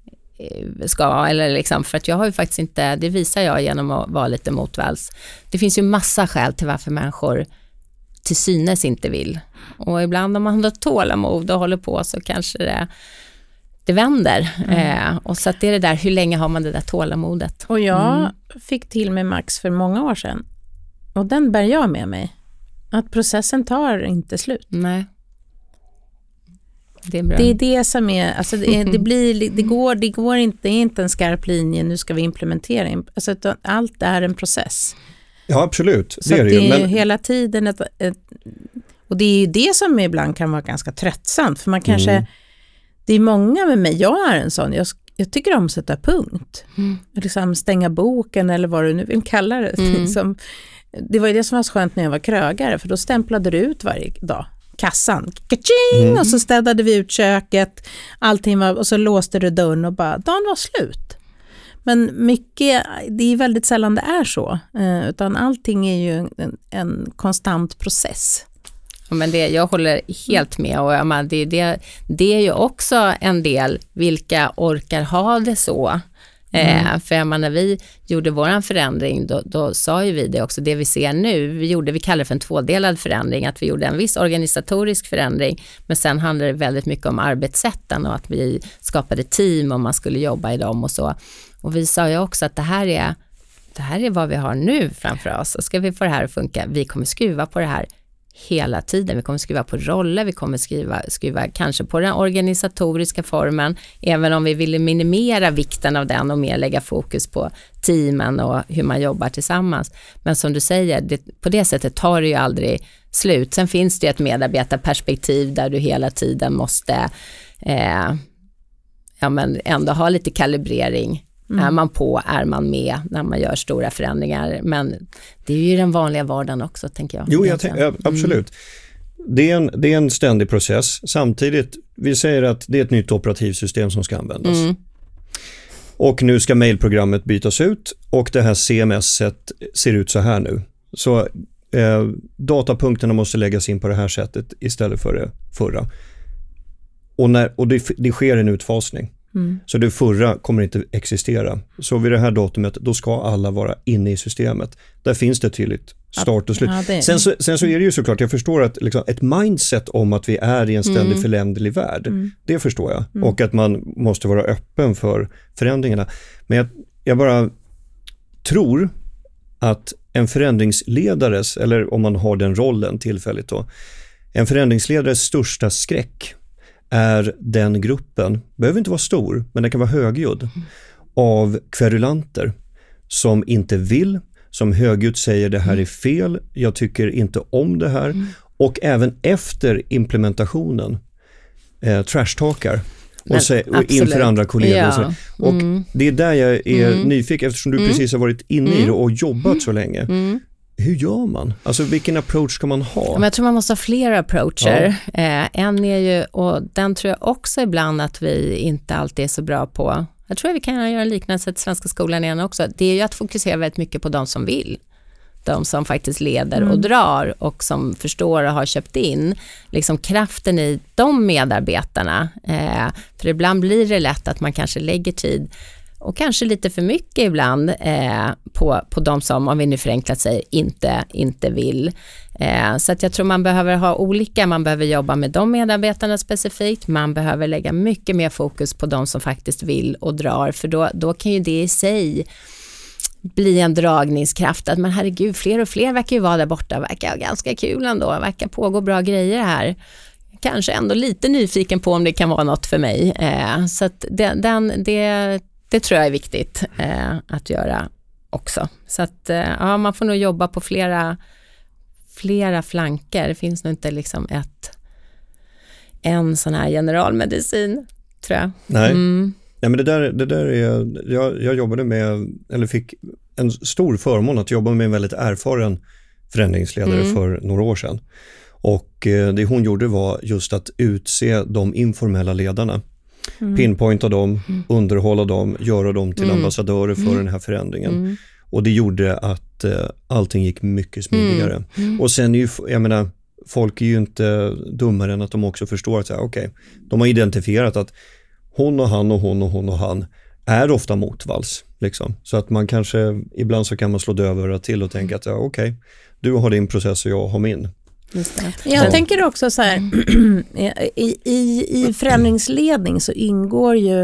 ska, eller liksom, för att jag har ju faktiskt inte, det visar jag genom att vara lite motvalls. Det finns ju massa skäl till varför människor till synes inte vill. Och ibland om man har tålamod och håller på så kanske det, det vänder. Mm. Eh, och så att det är det där, hur länge har man det där tålamodet? Och jag mm. fick till med Max för många år sedan. Och den bär jag med mig. Att processen tar inte slut. Nej. Det är, bra. Det är det som är, alltså det, är, det blir, det går, det går inte, det är inte en skarp linje, nu ska vi implementera, alltså allt är en process. Ja, absolut. Så det är det, det är men... hela tiden ett, ett, och det är ju det som ibland kan vara ganska tröttsamt, för man kanske, mm. det är många med mig, jag är en sån, jag, jag tycker om att sätta punkt, mm. liksom stänga boken eller vad du nu vill kalla det. Mm. Liksom, det var ju det som var så skönt när jag var krögare, för då stämplade du ut varje dag. Kassan, kaching, mm. och så städade vi ut köket, allting var, och så låste du dörren och bara, dagen var slut. Men mycket, det är väldigt sällan det är så, eh, utan allting är ju en, en konstant process. Ja, men det, jag håller helt med, och ja, men det, det, det är ju också en del, vilka orkar ha det så. Mm. Eh, för jag menar, när vi gjorde våran förändring, då, då sa ju vi det också, det vi ser nu, vi gjorde, vi kallar det för en tvådelad förändring, att vi gjorde en viss organisatorisk förändring, men sen handlade det väldigt mycket om arbetssätten och att vi skapade team och man skulle jobba i dem och så. Och vi sa ju också att det här är, det här är vad vi har nu framför oss, och ska vi få det här att funka, vi kommer skruva på det här hela tiden. Vi kommer skriva på roller, vi kommer skriva, skriva kanske på den organisatoriska formen, även om vi vill minimera vikten av den och mer lägga fokus på teamen och hur man jobbar tillsammans. Men som du säger, det, på det sättet tar det ju aldrig slut. Sen finns det ett medarbetarperspektiv där du hela tiden måste eh, ja, men ändå ha lite kalibrering. Mm. Är man på, är man med när man gör stora förändringar. Men det är ju den vanliga vardagen också, tänker jag. Jo, jag tänk, ja, absolut. Mm. Det, är en, det är en ständig process. Samtidigt, vi säger att det är ett nytt operativsystem som ska användas. Mm. Och nu ska mejlprogrammet bytas ut och det här C M S-et ser ut så här nu. Så eh, datapunkterna måste läggas in på det här sättet istället för det förra. Och, när, och det, det sker en utfasning. Mm. Så det förra kommer inte existera. Så vid det här datumet, då ska alla vara inne i systemet. Där finns det tydligt start och slut. Ja, det... sen, så, sen så är det ju såklart, jag förstår att liksom, ett mindset om att vi är i en ständig mm. föränderlig värld, mm. det förstår jag. Mm. Och att man måste vara öppen för förändringarna. Men jag, jag bara tror att en förändringsledares, eller om man har den rollen tillfälligt då, en förändringsledares största skräck är den gruppen, behöver inte vara stor, men den kan vara högljudd, mm. av kverulanter som inte vill, som högljutt säger det här är fel, jag tycker inte om det här, mm. och även efter implementationen eh, trashtalkar och, säger, och inför andra kollegor. Ja. Och, och mm. det är där jag är mm. nyfiken, eftersom du mm. precis har varit inne mm. i det och jobbat mm. så länge. Mm. Hur gör man? Alltså vilken approach ska man ha? Men jag tror man måste ha flera approacher. Ja. Eh, en är ju, och den tror jag också ibland att vi inte alltid är så bra på. Jag tror att vi kan göra en liknelse till svenska skolan igen också. Det är ju att fokusera väldigt mycket på de som vill. De som faktiskt leder mm. och drar och som förstår och har köpt in liksom kraften i de medarbetarna. Eh, för ibland blir det lätt att man kanske lägger tid och kanske lite för mycket ibland eh, på, på de som, om vi nu förenklat säger, inte, inte vill. Eh, så att jag tror man behöver ha olika, man behöver jobba med de medarbetarna specifikt, man behöver lägga mycket mer fokus på de som faktiskt vill och drar, för då, då kan ju det i sig bli en dragningskraft, att men herregud, fler och fler verkar ju vara där borta, verkar ganska kul ändå, verkar pågå bra grejer här. Kanske ändå lite nyfiken på om det kan vara något för mig. Eh, så att den, den, det Det tror jag är viktigt eh, att göra också. Så att eh, ja, man får nog jobba på flera, flera flanker. Det finns nog inte liksom ett, en sån här generalmedicin, tror jag. Nej, mm. Nej men det där, det där är, jag, jag jobbade med, eller fick en stor förmån att jobba med en väldigt erfaren förändringsledare mm. för några år sedan. Och eh, det hon gjorde var just att utse de informella ledarna. Mm. Pinpointa dem, mm. underhålla dem, göra dem till mm. ambassadörer för mm. den här förändringen. Mm. Och det gjorde att eh, allting gick mycket smidigare. Mm. Mm. Och sen är ju, jag menar, folk är ju inte dummare än att de också förstår att okej, okay, de har identifierat att hon och han och hon och hon och han är ofta motvalls. Liksom. Så att man kanske, ibland så kan man slå dövörat till och tänka att ja, okej, okay, du har din process och jag har min. Jag tänker också så här, i, i, i förändringsledning så ingår ju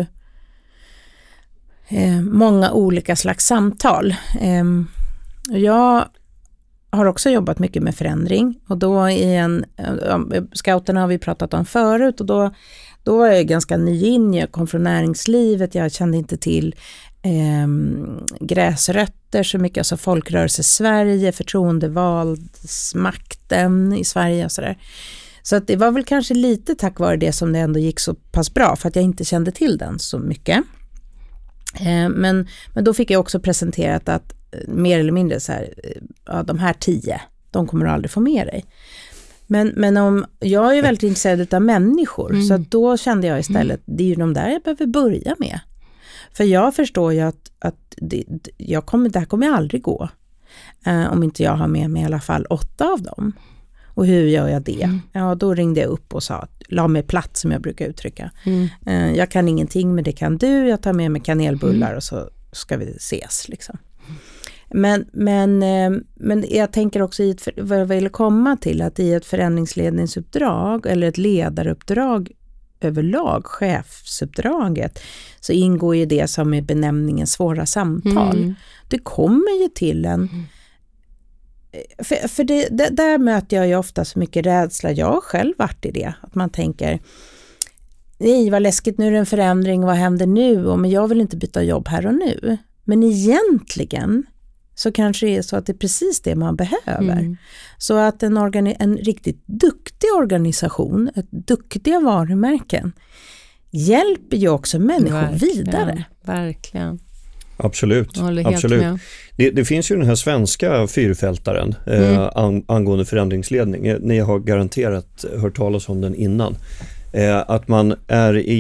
eh, många olika slags samtal. Eh, jag har också jobbat mycket med förändring, och då i en, eh, scouterna har vi pratat om förut, och då, då var jag ganska ny in, jag kom från näringslivet, jag kände inte till Eh, gräsrötter så mycket, alltså folkrörelse Sverige, förtroendevaldsmakten i Sverige och sådär. Så att det var väl kanske lite tack vare det som det ändå gick så pass bra, för att jag inte kände till den så mycket. Eh, men, men då fick jag också presenterat att eh, mer eller mindre så här, ja, de här tio, de kommer du aldrig få med dig. Men, men om, jag är ju väldigt intresserad av människor, mm. så att då kände jag istället, det är ju de där jag behöver börja med. För jag förstår ju att, att det, jag kommer, det här kommer jag aldrig gå. Eh, om inte jag har med mig i alla fall åtta av dem. Och hur gör jag det? Mm. Ja, då ringde jag upp och sa, la mig platt som jag brukar uttrycka. Mm. Eh, jag kan ingenting, men det kan du. Jag tar med mig kanelbullar mm. och så ska vi ses. Liksom. Men, men, eh, men jag tänker också i ett, vad jag vill komma till, att i ett förändringsledningsuppdrag eller ett ledaruppdrag överlag, chefsuppdraget, så ingår ju det som är benämningen svåra samtal. Mm. Det kommer ju till en... Mm. För, för det, det, där möter jag ju ofta så mycket rädsla. Jag har själv varit i det. Att man tänker, nej vad läskigt, nu är det en förändring, vad händer nu? Och, men jag vill inte byta jobb här och nu. Men egentligen så kanske det är så att det är precis det man behöver. Mm. Så att en, organi- en riktigt duktig organisation, ett duktiga varumärken, hjälper ju också människor verkligen, vidare. Verkligen. Absolut. Absolut. Det, det finns ju den här svenska fyrfältaren mm. eh, an, angående förändringsledning. Ni har garanterat hört talas om den innan. Eh, att man är i ett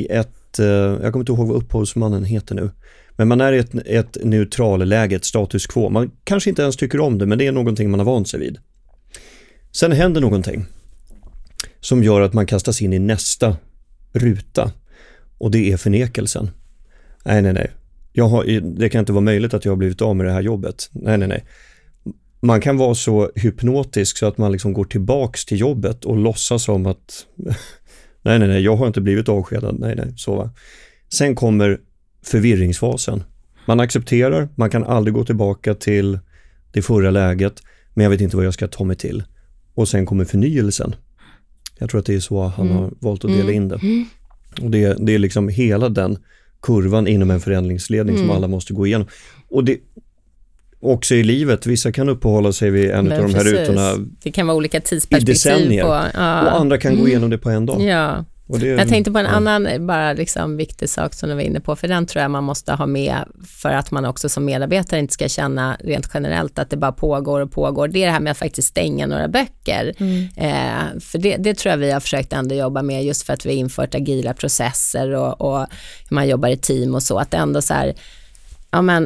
ett, eh, jag kommer inte ihåg vad upphovsmannen heter nu, men man är i ett, ett neutral läge, ett status quo. Man kanske inte ens tycker om det, men det är någonting man har vant sig vid. Sen händer någonting som gör att man kastas in i nästa ruta, och det är förnekelsen. Nej, nej, nej. Jag har, det kan inte vara möjligt att jag har blivit av med det här jobbet. Nej, nej, nej. Man kan vara så hypnotisk så att man liksom går tillbaks till jobbet och låtsas som att nej, nej, nej, jag har inte blivit avskedad. Nej, nej, så va. Sen kommer förvirringsfasen. Man accepterar, man kan aldrig gå tillbaka till det förra läget, men jag vet inte vad jag ska ta mig till. Och sen kommer förnyelsen. Jag tror att det är så han mm. har valt att dela in det. Mm. Och det, det är liksom hela den kurvan inom en förändringsledning mm. som alla måste gå igenom. Och det också i livet, vissa kan uppehålla sig vid en av de här rutorna. Det kan vara olika tidsperspektiv på. Ja. Och andra kan gå igenom det på en dag. Ja. Och det, jag tänkte på en ja. annan bara liksom viktig sak som du var inne på, för den tror jag man måste ha med för att man också som medarbetare inte ska känna rent generellt att det bara pågår och pågår. Det är det här med att faktiskt stänga några böcker. Mm. Eh, för det, det tror jag vi har försökt ändå jobba med, just för att vi har infört agila processer och, och hur man jobbar i team och så. Att ändå så här, ja men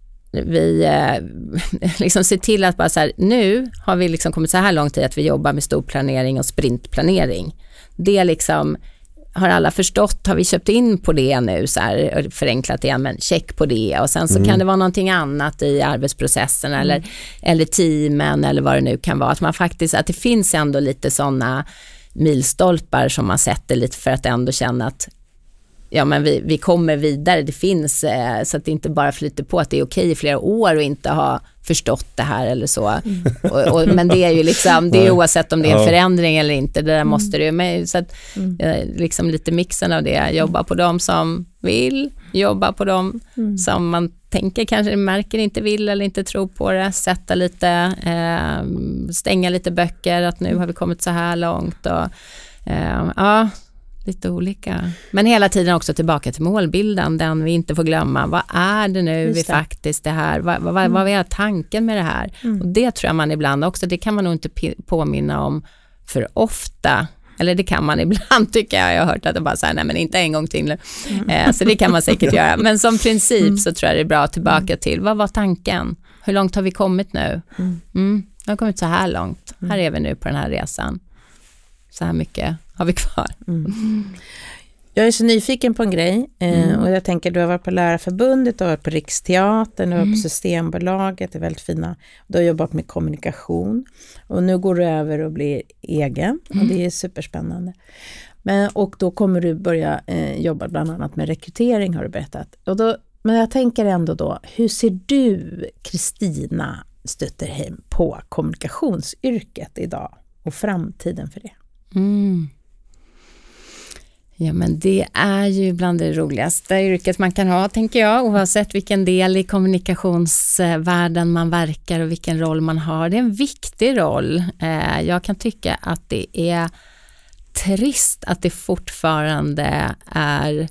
vi eh, liksom ser till att bara så här, nu har vi liksom kommit så här långt i att vi jobbar med stor planering och sprintplanering. Det liksom har alla förstått, har vi köpt in på det nu så här, förenklat igen, men check på det, och sen så mm. kan det vara någonting annat i arbetsprocessen mm. eller, eller teamen eller vad det nu kan vara, att man faktiskt, att det finns ändå lite sådana milstolpar som man sätter lite för att ändå känna att ja, men vi, vi kommer vidare, det finns eh, så att det inte bara flyter på att det är okej i flera år och inte ha förstått det här eller så. Mm. Och, och, men det är ju liksom, det är oavsett om det är en förändring eller inte, det där mm. måste det ju med, så att eh, liksom lite mixen av det, jobba på dem som vill, jobba på dem mm. som man tänker kanske märker inte vill eller inte tror på det, sätta lite eh, stänga lite böcker, att nu har vi kommit så här långt och eh, ja, lite olika. Men hela tiden också tillbaka till målbilden, den vi inte får glömma. Vad är det nu vi faktiskt det här? Vad, vad, mm. vad är tanken med det här? Mm. Och det tror jag man ibland också, det kan man nog inte p- påminna om för ofta. Eller det kan man ibland, tycker jag. Jag har hört att det bara säger nej men inte en gång till. Mm. Eh, så det kan man säkert göra. Men som princip mm. så tror jag det är bra tillbaka till. Vad var tanken? Hur långt har vi kommit nu? Mm. Mm. Vi har kommit så här långt. Mm. Här är vi nu på den här resan. Så här mycket har vi kvar. Mm. Jag är så nyfiken på en grej eh, mm. och jag tänker, du har varit på Lärarförbundet, du har varit på Riksteatern, du har varit på Systembolaget, det är väldigt fina. Du har jobbat med kommunikation och nu går du över och blir egen mm. och det är superspännande. Men, och då kommer du börja eh, jobba bland annat med rekrytering, har du berättat. Och då, men jag tänker ändå då, hur ser du, Kristina Stutterheim, på kommunikationsyrket idag och framtiden för det? Mm. Ja, men det är ju bland det roligaste yrket man kan ha, tänker jag, oavsett vilken del i kommunikationsvärlden man verkar och vilken roll man har. Det är en viktig roll. Jag kan tycka att det är trist att det fortfarande är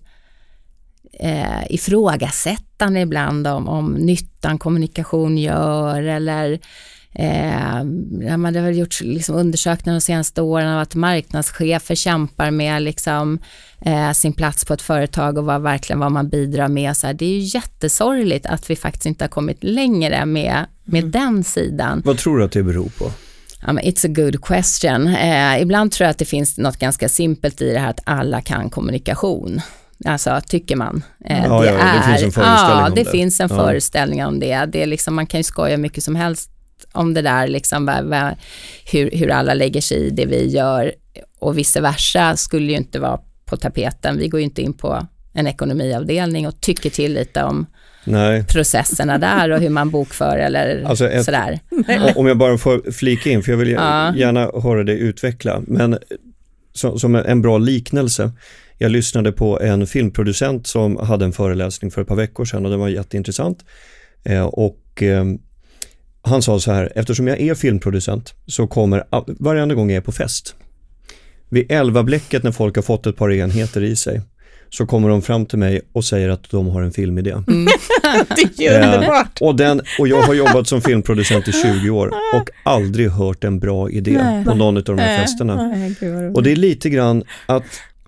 ifrågasättande ibland om, om nyttan kommunikation gör, eller Eh, ja, det har gjorts liksom undersökningar de senaste åren av att marknadschefer kämpar med liksom, eh, sin plats på ett företag och vad, verkligen vad man bidrar med. Så här, det är ju jättesorgligt att vi faktiskt inte har kommit längre med, med mm. den sidan. Vad tror du att det beror på? Ja, men it's a good question. Eh, ibland tror jag att det finns något ganska simpelt i det här att alla kan kommunikation. Alltså tycker man. Eh, ja, det, ja, är, det finns en föreställning ja, om det. det. finns en ja. föreställning om det. Det är liksom, man kan ju skoja mycket som helst om det där, liksom, hur, hur alla lägger sig i det vi gör, och vice versa skulle ju inte vara på tapeten. Vi går ju inte in på en ekonomiavdelning och tycker till lite om Nej. processerna där och hur man bokför eller alltså ett, sådär. Om jag bara får flika in, för jag vill ja. gärna höra dig utveckla, men så, som en bra liknelse. Jag lyssnade på en filmproducent som hade en föreläsning för ett par veckor sedan och det var jätteintressant. Eh, och eh, han sa så här: eftersom jag är filmproducent så kommer varje gång jag är på fest, vid elva bläcket när folk har fått ett par enheter i sig, så kommer de fram till mig och säger att de har en filmidé. Mm. Det är underbart. Eh, och, den, och jag har jobbat som filmproducent i tjugo år och aldrig hört en bra idé Nej. på någon av de här festerna. Nej, och det är lite grann att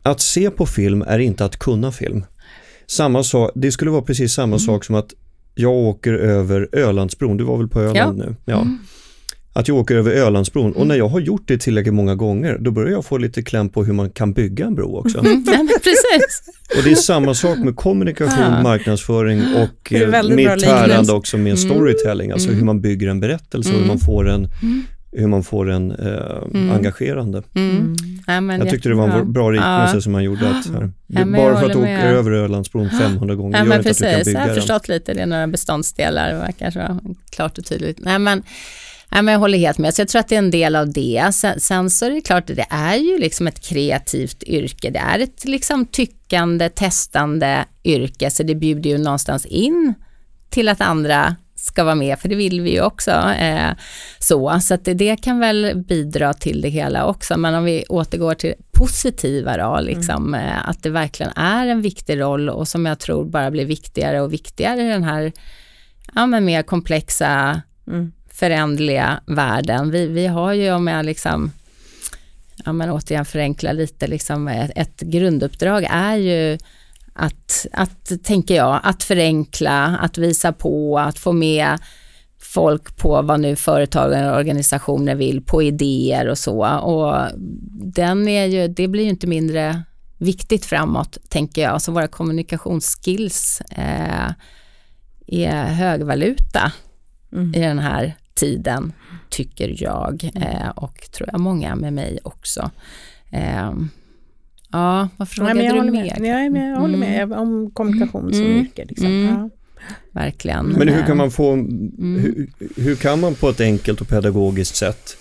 att se på film är inte att kunna film. Samma sak, det skulle vara precis samma mm. sak som att jag åker över Ölandsbron. Du var väl på Öland ja. nu? Ja. Mm. Att jag åker över Ölandsbron. Mm. Och när jag har gjort det tillräckligt många gånger, då börjar jag få lite kläm på hur man kan bygga en bro också. Mm. Ja, men precis. Och det är samma sak med kommunikation, ja. marknarsföring och mitt tärande också med storytelling. Alltså mm. hur man bygger en berättelse mm. och hur man får en... Mm. hur man får en eh, mm. engagerande. Mm. Ja, men jag tyckte det var en bra liknelse ja. som man gjorde. Att, här, ja, bara för att åka med. över Ölandsbron femhundra gånger ja, gör men inte precis. att du kan bygga jag har den. förstått lite, det är några beståndsdelar och kanske klart och tydligt. Nej, men, nej, men jag håller helt med. Så jag tror att det är en del av det. Sen, sen så är det klart att det är ju liksom ett kreativt yrke. Det är ett liksom tyckande, testande yrke. Så det bjuder ju någonstans in till att andra ska vara med, för det vill vi ju också. Eh, så så att det, det kan väl bidra till det hela också. Men om vi återgår till positiva då, liksom, mm. eh, att det verkligen är en viktig roll och som jag tror bara blir viktigare och viktigare i den här ja, men mer komplexa, mm. förändliga världen. Vi, vi har ju, om jag liksom ja, men återigen förenkla lite, liksom, ett, ett grunduppdrag är ju Att, att, tänker jag, att förenkla, att visa på, att få med folk på vad nu företag och organisationer vill, på idéer och så. Och den är ju, det blir ju inte mindre viktigt framåt, tänker jag. Så våra kommunikationsskills eh, är högvaluta mm. i den här tiden, tycker jag. Eh, och tror jag många med mig också. Eh, Ja, vad frågade Nej, du mer? mer? Nej, men jag håller med mm. om kommunikation som mm. yrke. Liksom. Mm. Ja. Verkligen. Men hur kan man få mm. hur, hur kan man på ett enkelt och pedagogiskt sätt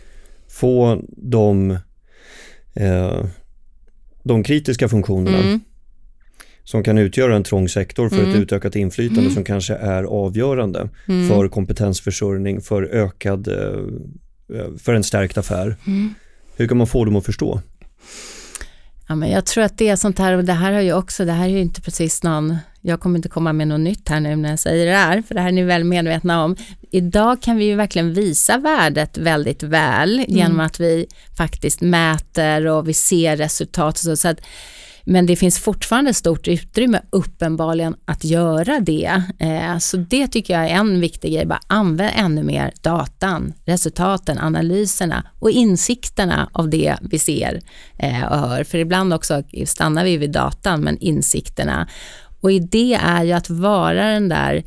få de, eh, de kritiska funktionerna mm. som kan utgöra en trång sektor för mm. ett utökat inflytande mm. som kanske är avgörande mm. för kompetensförsörjning, för ökad eh, för en stärkt affär. Mm. Hur kan man få dem att förstå? Ja, men jag tror att det är sånt här, och det här har ju också, det här är ju inte precis någon, jag kommer inte komma med något nytt här nu när jag säger det här, för det här är ni väl medvetna om. Idag kan vi ju verkligen visa värdet väldigt väl mm. genom att vi faktiskt mäter och vi ser resultat. Så, så att, men det finns fortfarande stort utrymme uppenbarligen att göra det. Eh, så det tycker jag är en viktig grej. Bara använd ännu mer datan, resultaten, analyserna och insikterna av det vi ser eh, och hör. För ibland också stannar vi vid datan, men insikterna. Och i det är ju att vara den där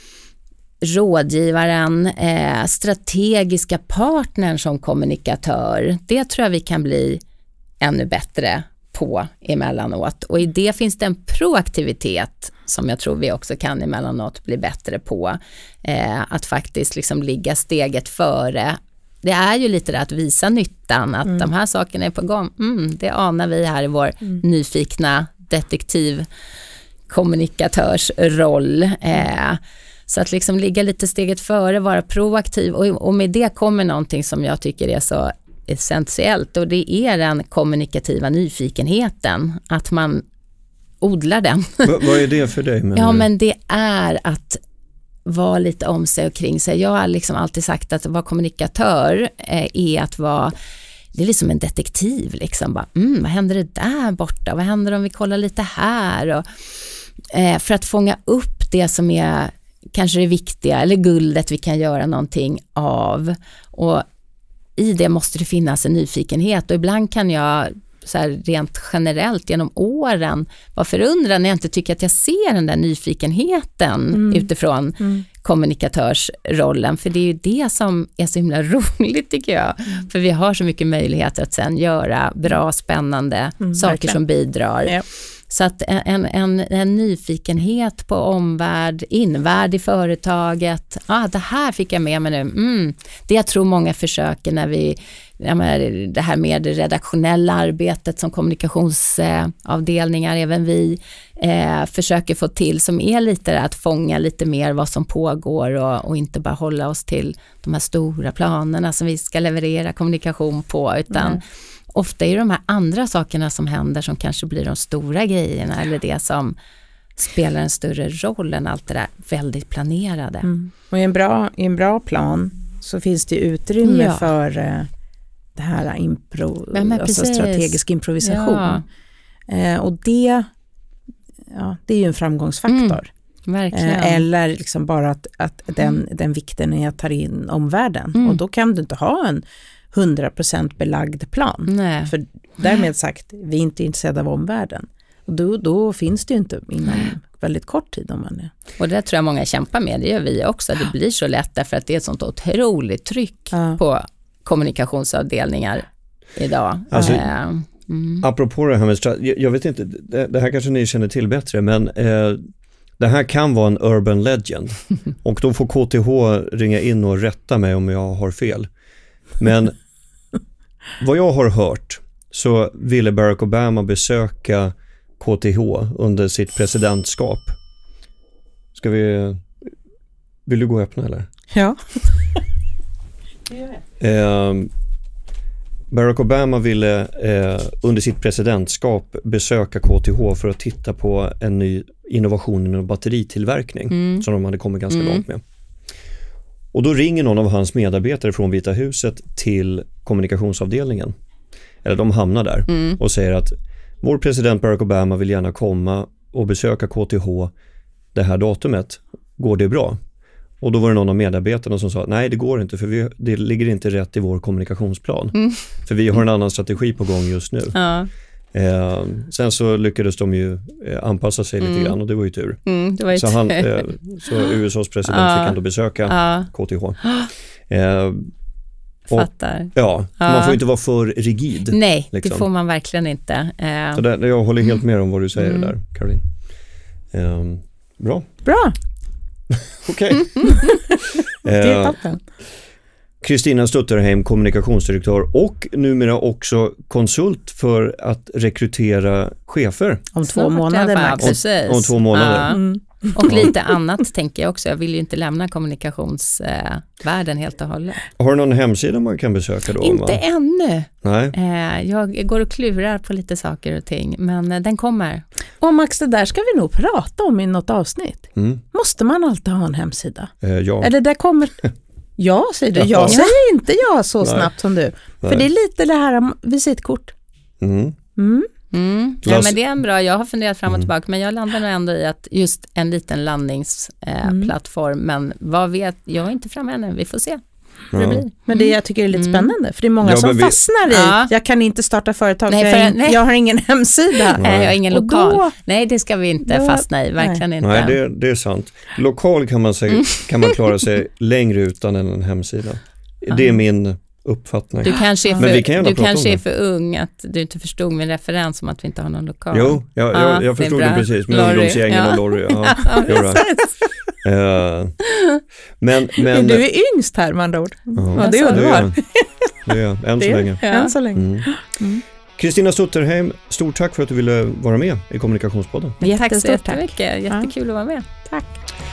rådgivaren, eh, strategiska partnern som kommunikatör. Det tror jag vi kan bli ännu bättre på emellanåt. Och i det finns det en proaktivitet som jag tror vi också kan emellanåt bli bättre på. Eh, att faktiskt liksom ligga steget före. Det är ju lite det att visa nyttan, att mm. de här sakerna är på gång. Mm, det anar vi här i vår mm. nyfikna detektivkommunikatörsroll. Eh, så att liksom ligga lite steget före, vara proaktiv. Och, och med det kommer någonting som jag tycker är så essentiellt, och det är den kommunikativa nyfikenheten, att man odlar den. V- vad är det för dig? Ja, men det är att vara lite om sig och kring sig. Jag har liksom alltid sagt att vara kommunikatör eh, är att vara, det är liksom en detektiv liksom. Bara, mm, vad händer det där borta? Vad händer om vi kollar lite här? Och, eh, för att fånga upp det som är kanske det viktiga eller guldet vi kan göra någonting av. Och i det måste det finnas en nyfikenhet, och ibland kan jag så här rent generellt genom åren vara förundrad när jag inte tycker att jag ser den där nyfikenheten mm. utifrån mm. kommunikatörsrollen, för det är ju det som är så himla roligt, tycker jag. Mm. För vi har så mycket möjligheter att sen göra bra, spännande mm, saker verkligen. Som bidrar. Ja. Så att en, en, en nyfikenhet på omvärld, invärld i företaget. Ah, det här fick jag med mig nu. Mm. Det jag tror många försöker när vi, jag menar, det här med det redaktionella arbetet som kommunikationsavdelningar, eh, även vi eh, försöker få till, som är lite att fånga lite mer vad som pågår och, och inte bara hålla oss till de här stora planerna som vi ska leverera kommunikation på, utan mm. ofta är det de här andra sakerna som händer som kanske blir de stora grejerna, eller det som spelar en större roll än allt det där väldigt planerade. Mm. Och i en, bra, i en bra plan så finns det utrymme ja. för uh, det här impro, ja, alltså strategisk improvisation. Ja. Eh, och det, ja, det är ju en framgångsfaktor. Mm, verkligen. Eh, eller liksom bara att, att den, mm. den vikten är att ta in omvärlden. Mm. Och då kan du inte ha en hundra procent belagd plan. Nej. För därmed sagt, vi är inte intresserade av omvärlden. Och då, då finns det ju inte inom väldigt kort tid om man är. Och det tror jag många kämpar med, det gör vi också. Det blir så lätt därför att det är ett sånt otroligt tryck ja. på kommunikationsavdelningar idag. Alltså, äh, mm. apropå det här med strat- jag vet inte, det, det här kanske ni känner till bättre, men eh, det här kan vara en urban legend. Och då får K T H ringa in och rätta mig om jag har fel. Men vad jag har hört så ville Barack Obama besöka K T H under sitt presidentskap. Ska vi... Vill du gå och öppna eller? Ja. eh, Barack Obama ville eh, under sitt presidentskap besöka K T H för att titta på en ny innovation inom batteritillverkning mm. som de hade kommit ganska mm. långt med. Och då ringer någon av hans medarbetare från Vita huset till kommunikationsavdelningen. Eller de hamnar där mm. och säger att vår president Barack Obama vill gärna komma och besöka K T H det här datumet. Går det bra? Och då var det någon av medarbetarna som sa nej, det går inte för vi, det ligger inte rätt i vår kommunikationsplan. Mm. För vi har en annan strategi på gång just nu. Ja. Eh, sen så lyckades de ju eh, anpassa sig mm. lite grann och det var ju tur. Mm, det var ju så, han, eh, så U S A:s president ja. fick ändå besöka ja. K T H. Eh, och, Fattar. Ja, ja, man får inte vara för rigid. Nej, liksom. Det får man verkligen inte. Eh. Så där, jag håller helt med om vad du säger mm. där, Caroline. Eh, bra. Bra. Okej. Det är toppen. Kristina Stutterheim, kommunikationsdirektör och numera också konsult för att rekrytera chefer. Om två månader, Max. Om, om två månader. Ja. Mm. Och lite annat tänker jag också. Jag vill ju inte lämna kommunikationsvärlden helt och hållet. Har du någon hemsida man kan besöka då? Inte va? ännu. Nej. Jag går och klurar på lite saker och ting, men den kommer. Och Max, det där ska vi nog prata om i något avsnitt. Mm. Måste man alltid ha en hemsida? Eh, ja. Eller där kommer... Ja, säger du. Jag säger inte ja så Nej. snabbt som du. Nej. För det är lite det här visitkort. Mm. Mm. Mm. Ja, men det är en bra, jag har funderat fram och tillbaka, men jag landar nog ändå i att just en liten landningsplattform, eh, mm. men vad vet, jag är inte framme ännu, vi får se. Ja. Det blir. Men det jag tycker är lite mm. spännande, för det är många ja, som vi... fastnar i, ja. jag kan inte starta företag, nej, för, jag, nej. jag har ingen hemsida. Nej, jag har ingen lokal. Då, nej, det ska vi inte då, fastna i, verkligen nej. inte. Nej, det, det är sant. Lokal kan man, säga, mm. kan man klara sig längre utan än en hemsida. Mm. Det är min uppfattning. Du kanske är för, kan du kanske är för ung att du inte förstod min referens om att vi inte har någon lokal. Jo, jag, jag, jag, jag förstod det, det precis. Med ungdomsgängen ja. och Lorry. Ja, ja, Uh, men, men, du är yngst här med andra ord. Uh, ja, det är underbart. Det är jag, än så länge. Ja. Än så länge. Kristina mm. Stutterheim, stort tack för att du ville vara med i Kommunikationspodden. Tack så jättemycket, jättekul att vara med. Tack.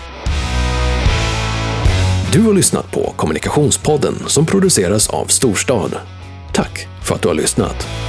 Du har lyssnat på Kommunikationspodden som produceras av Storstad. Tack för att du har lyssnat.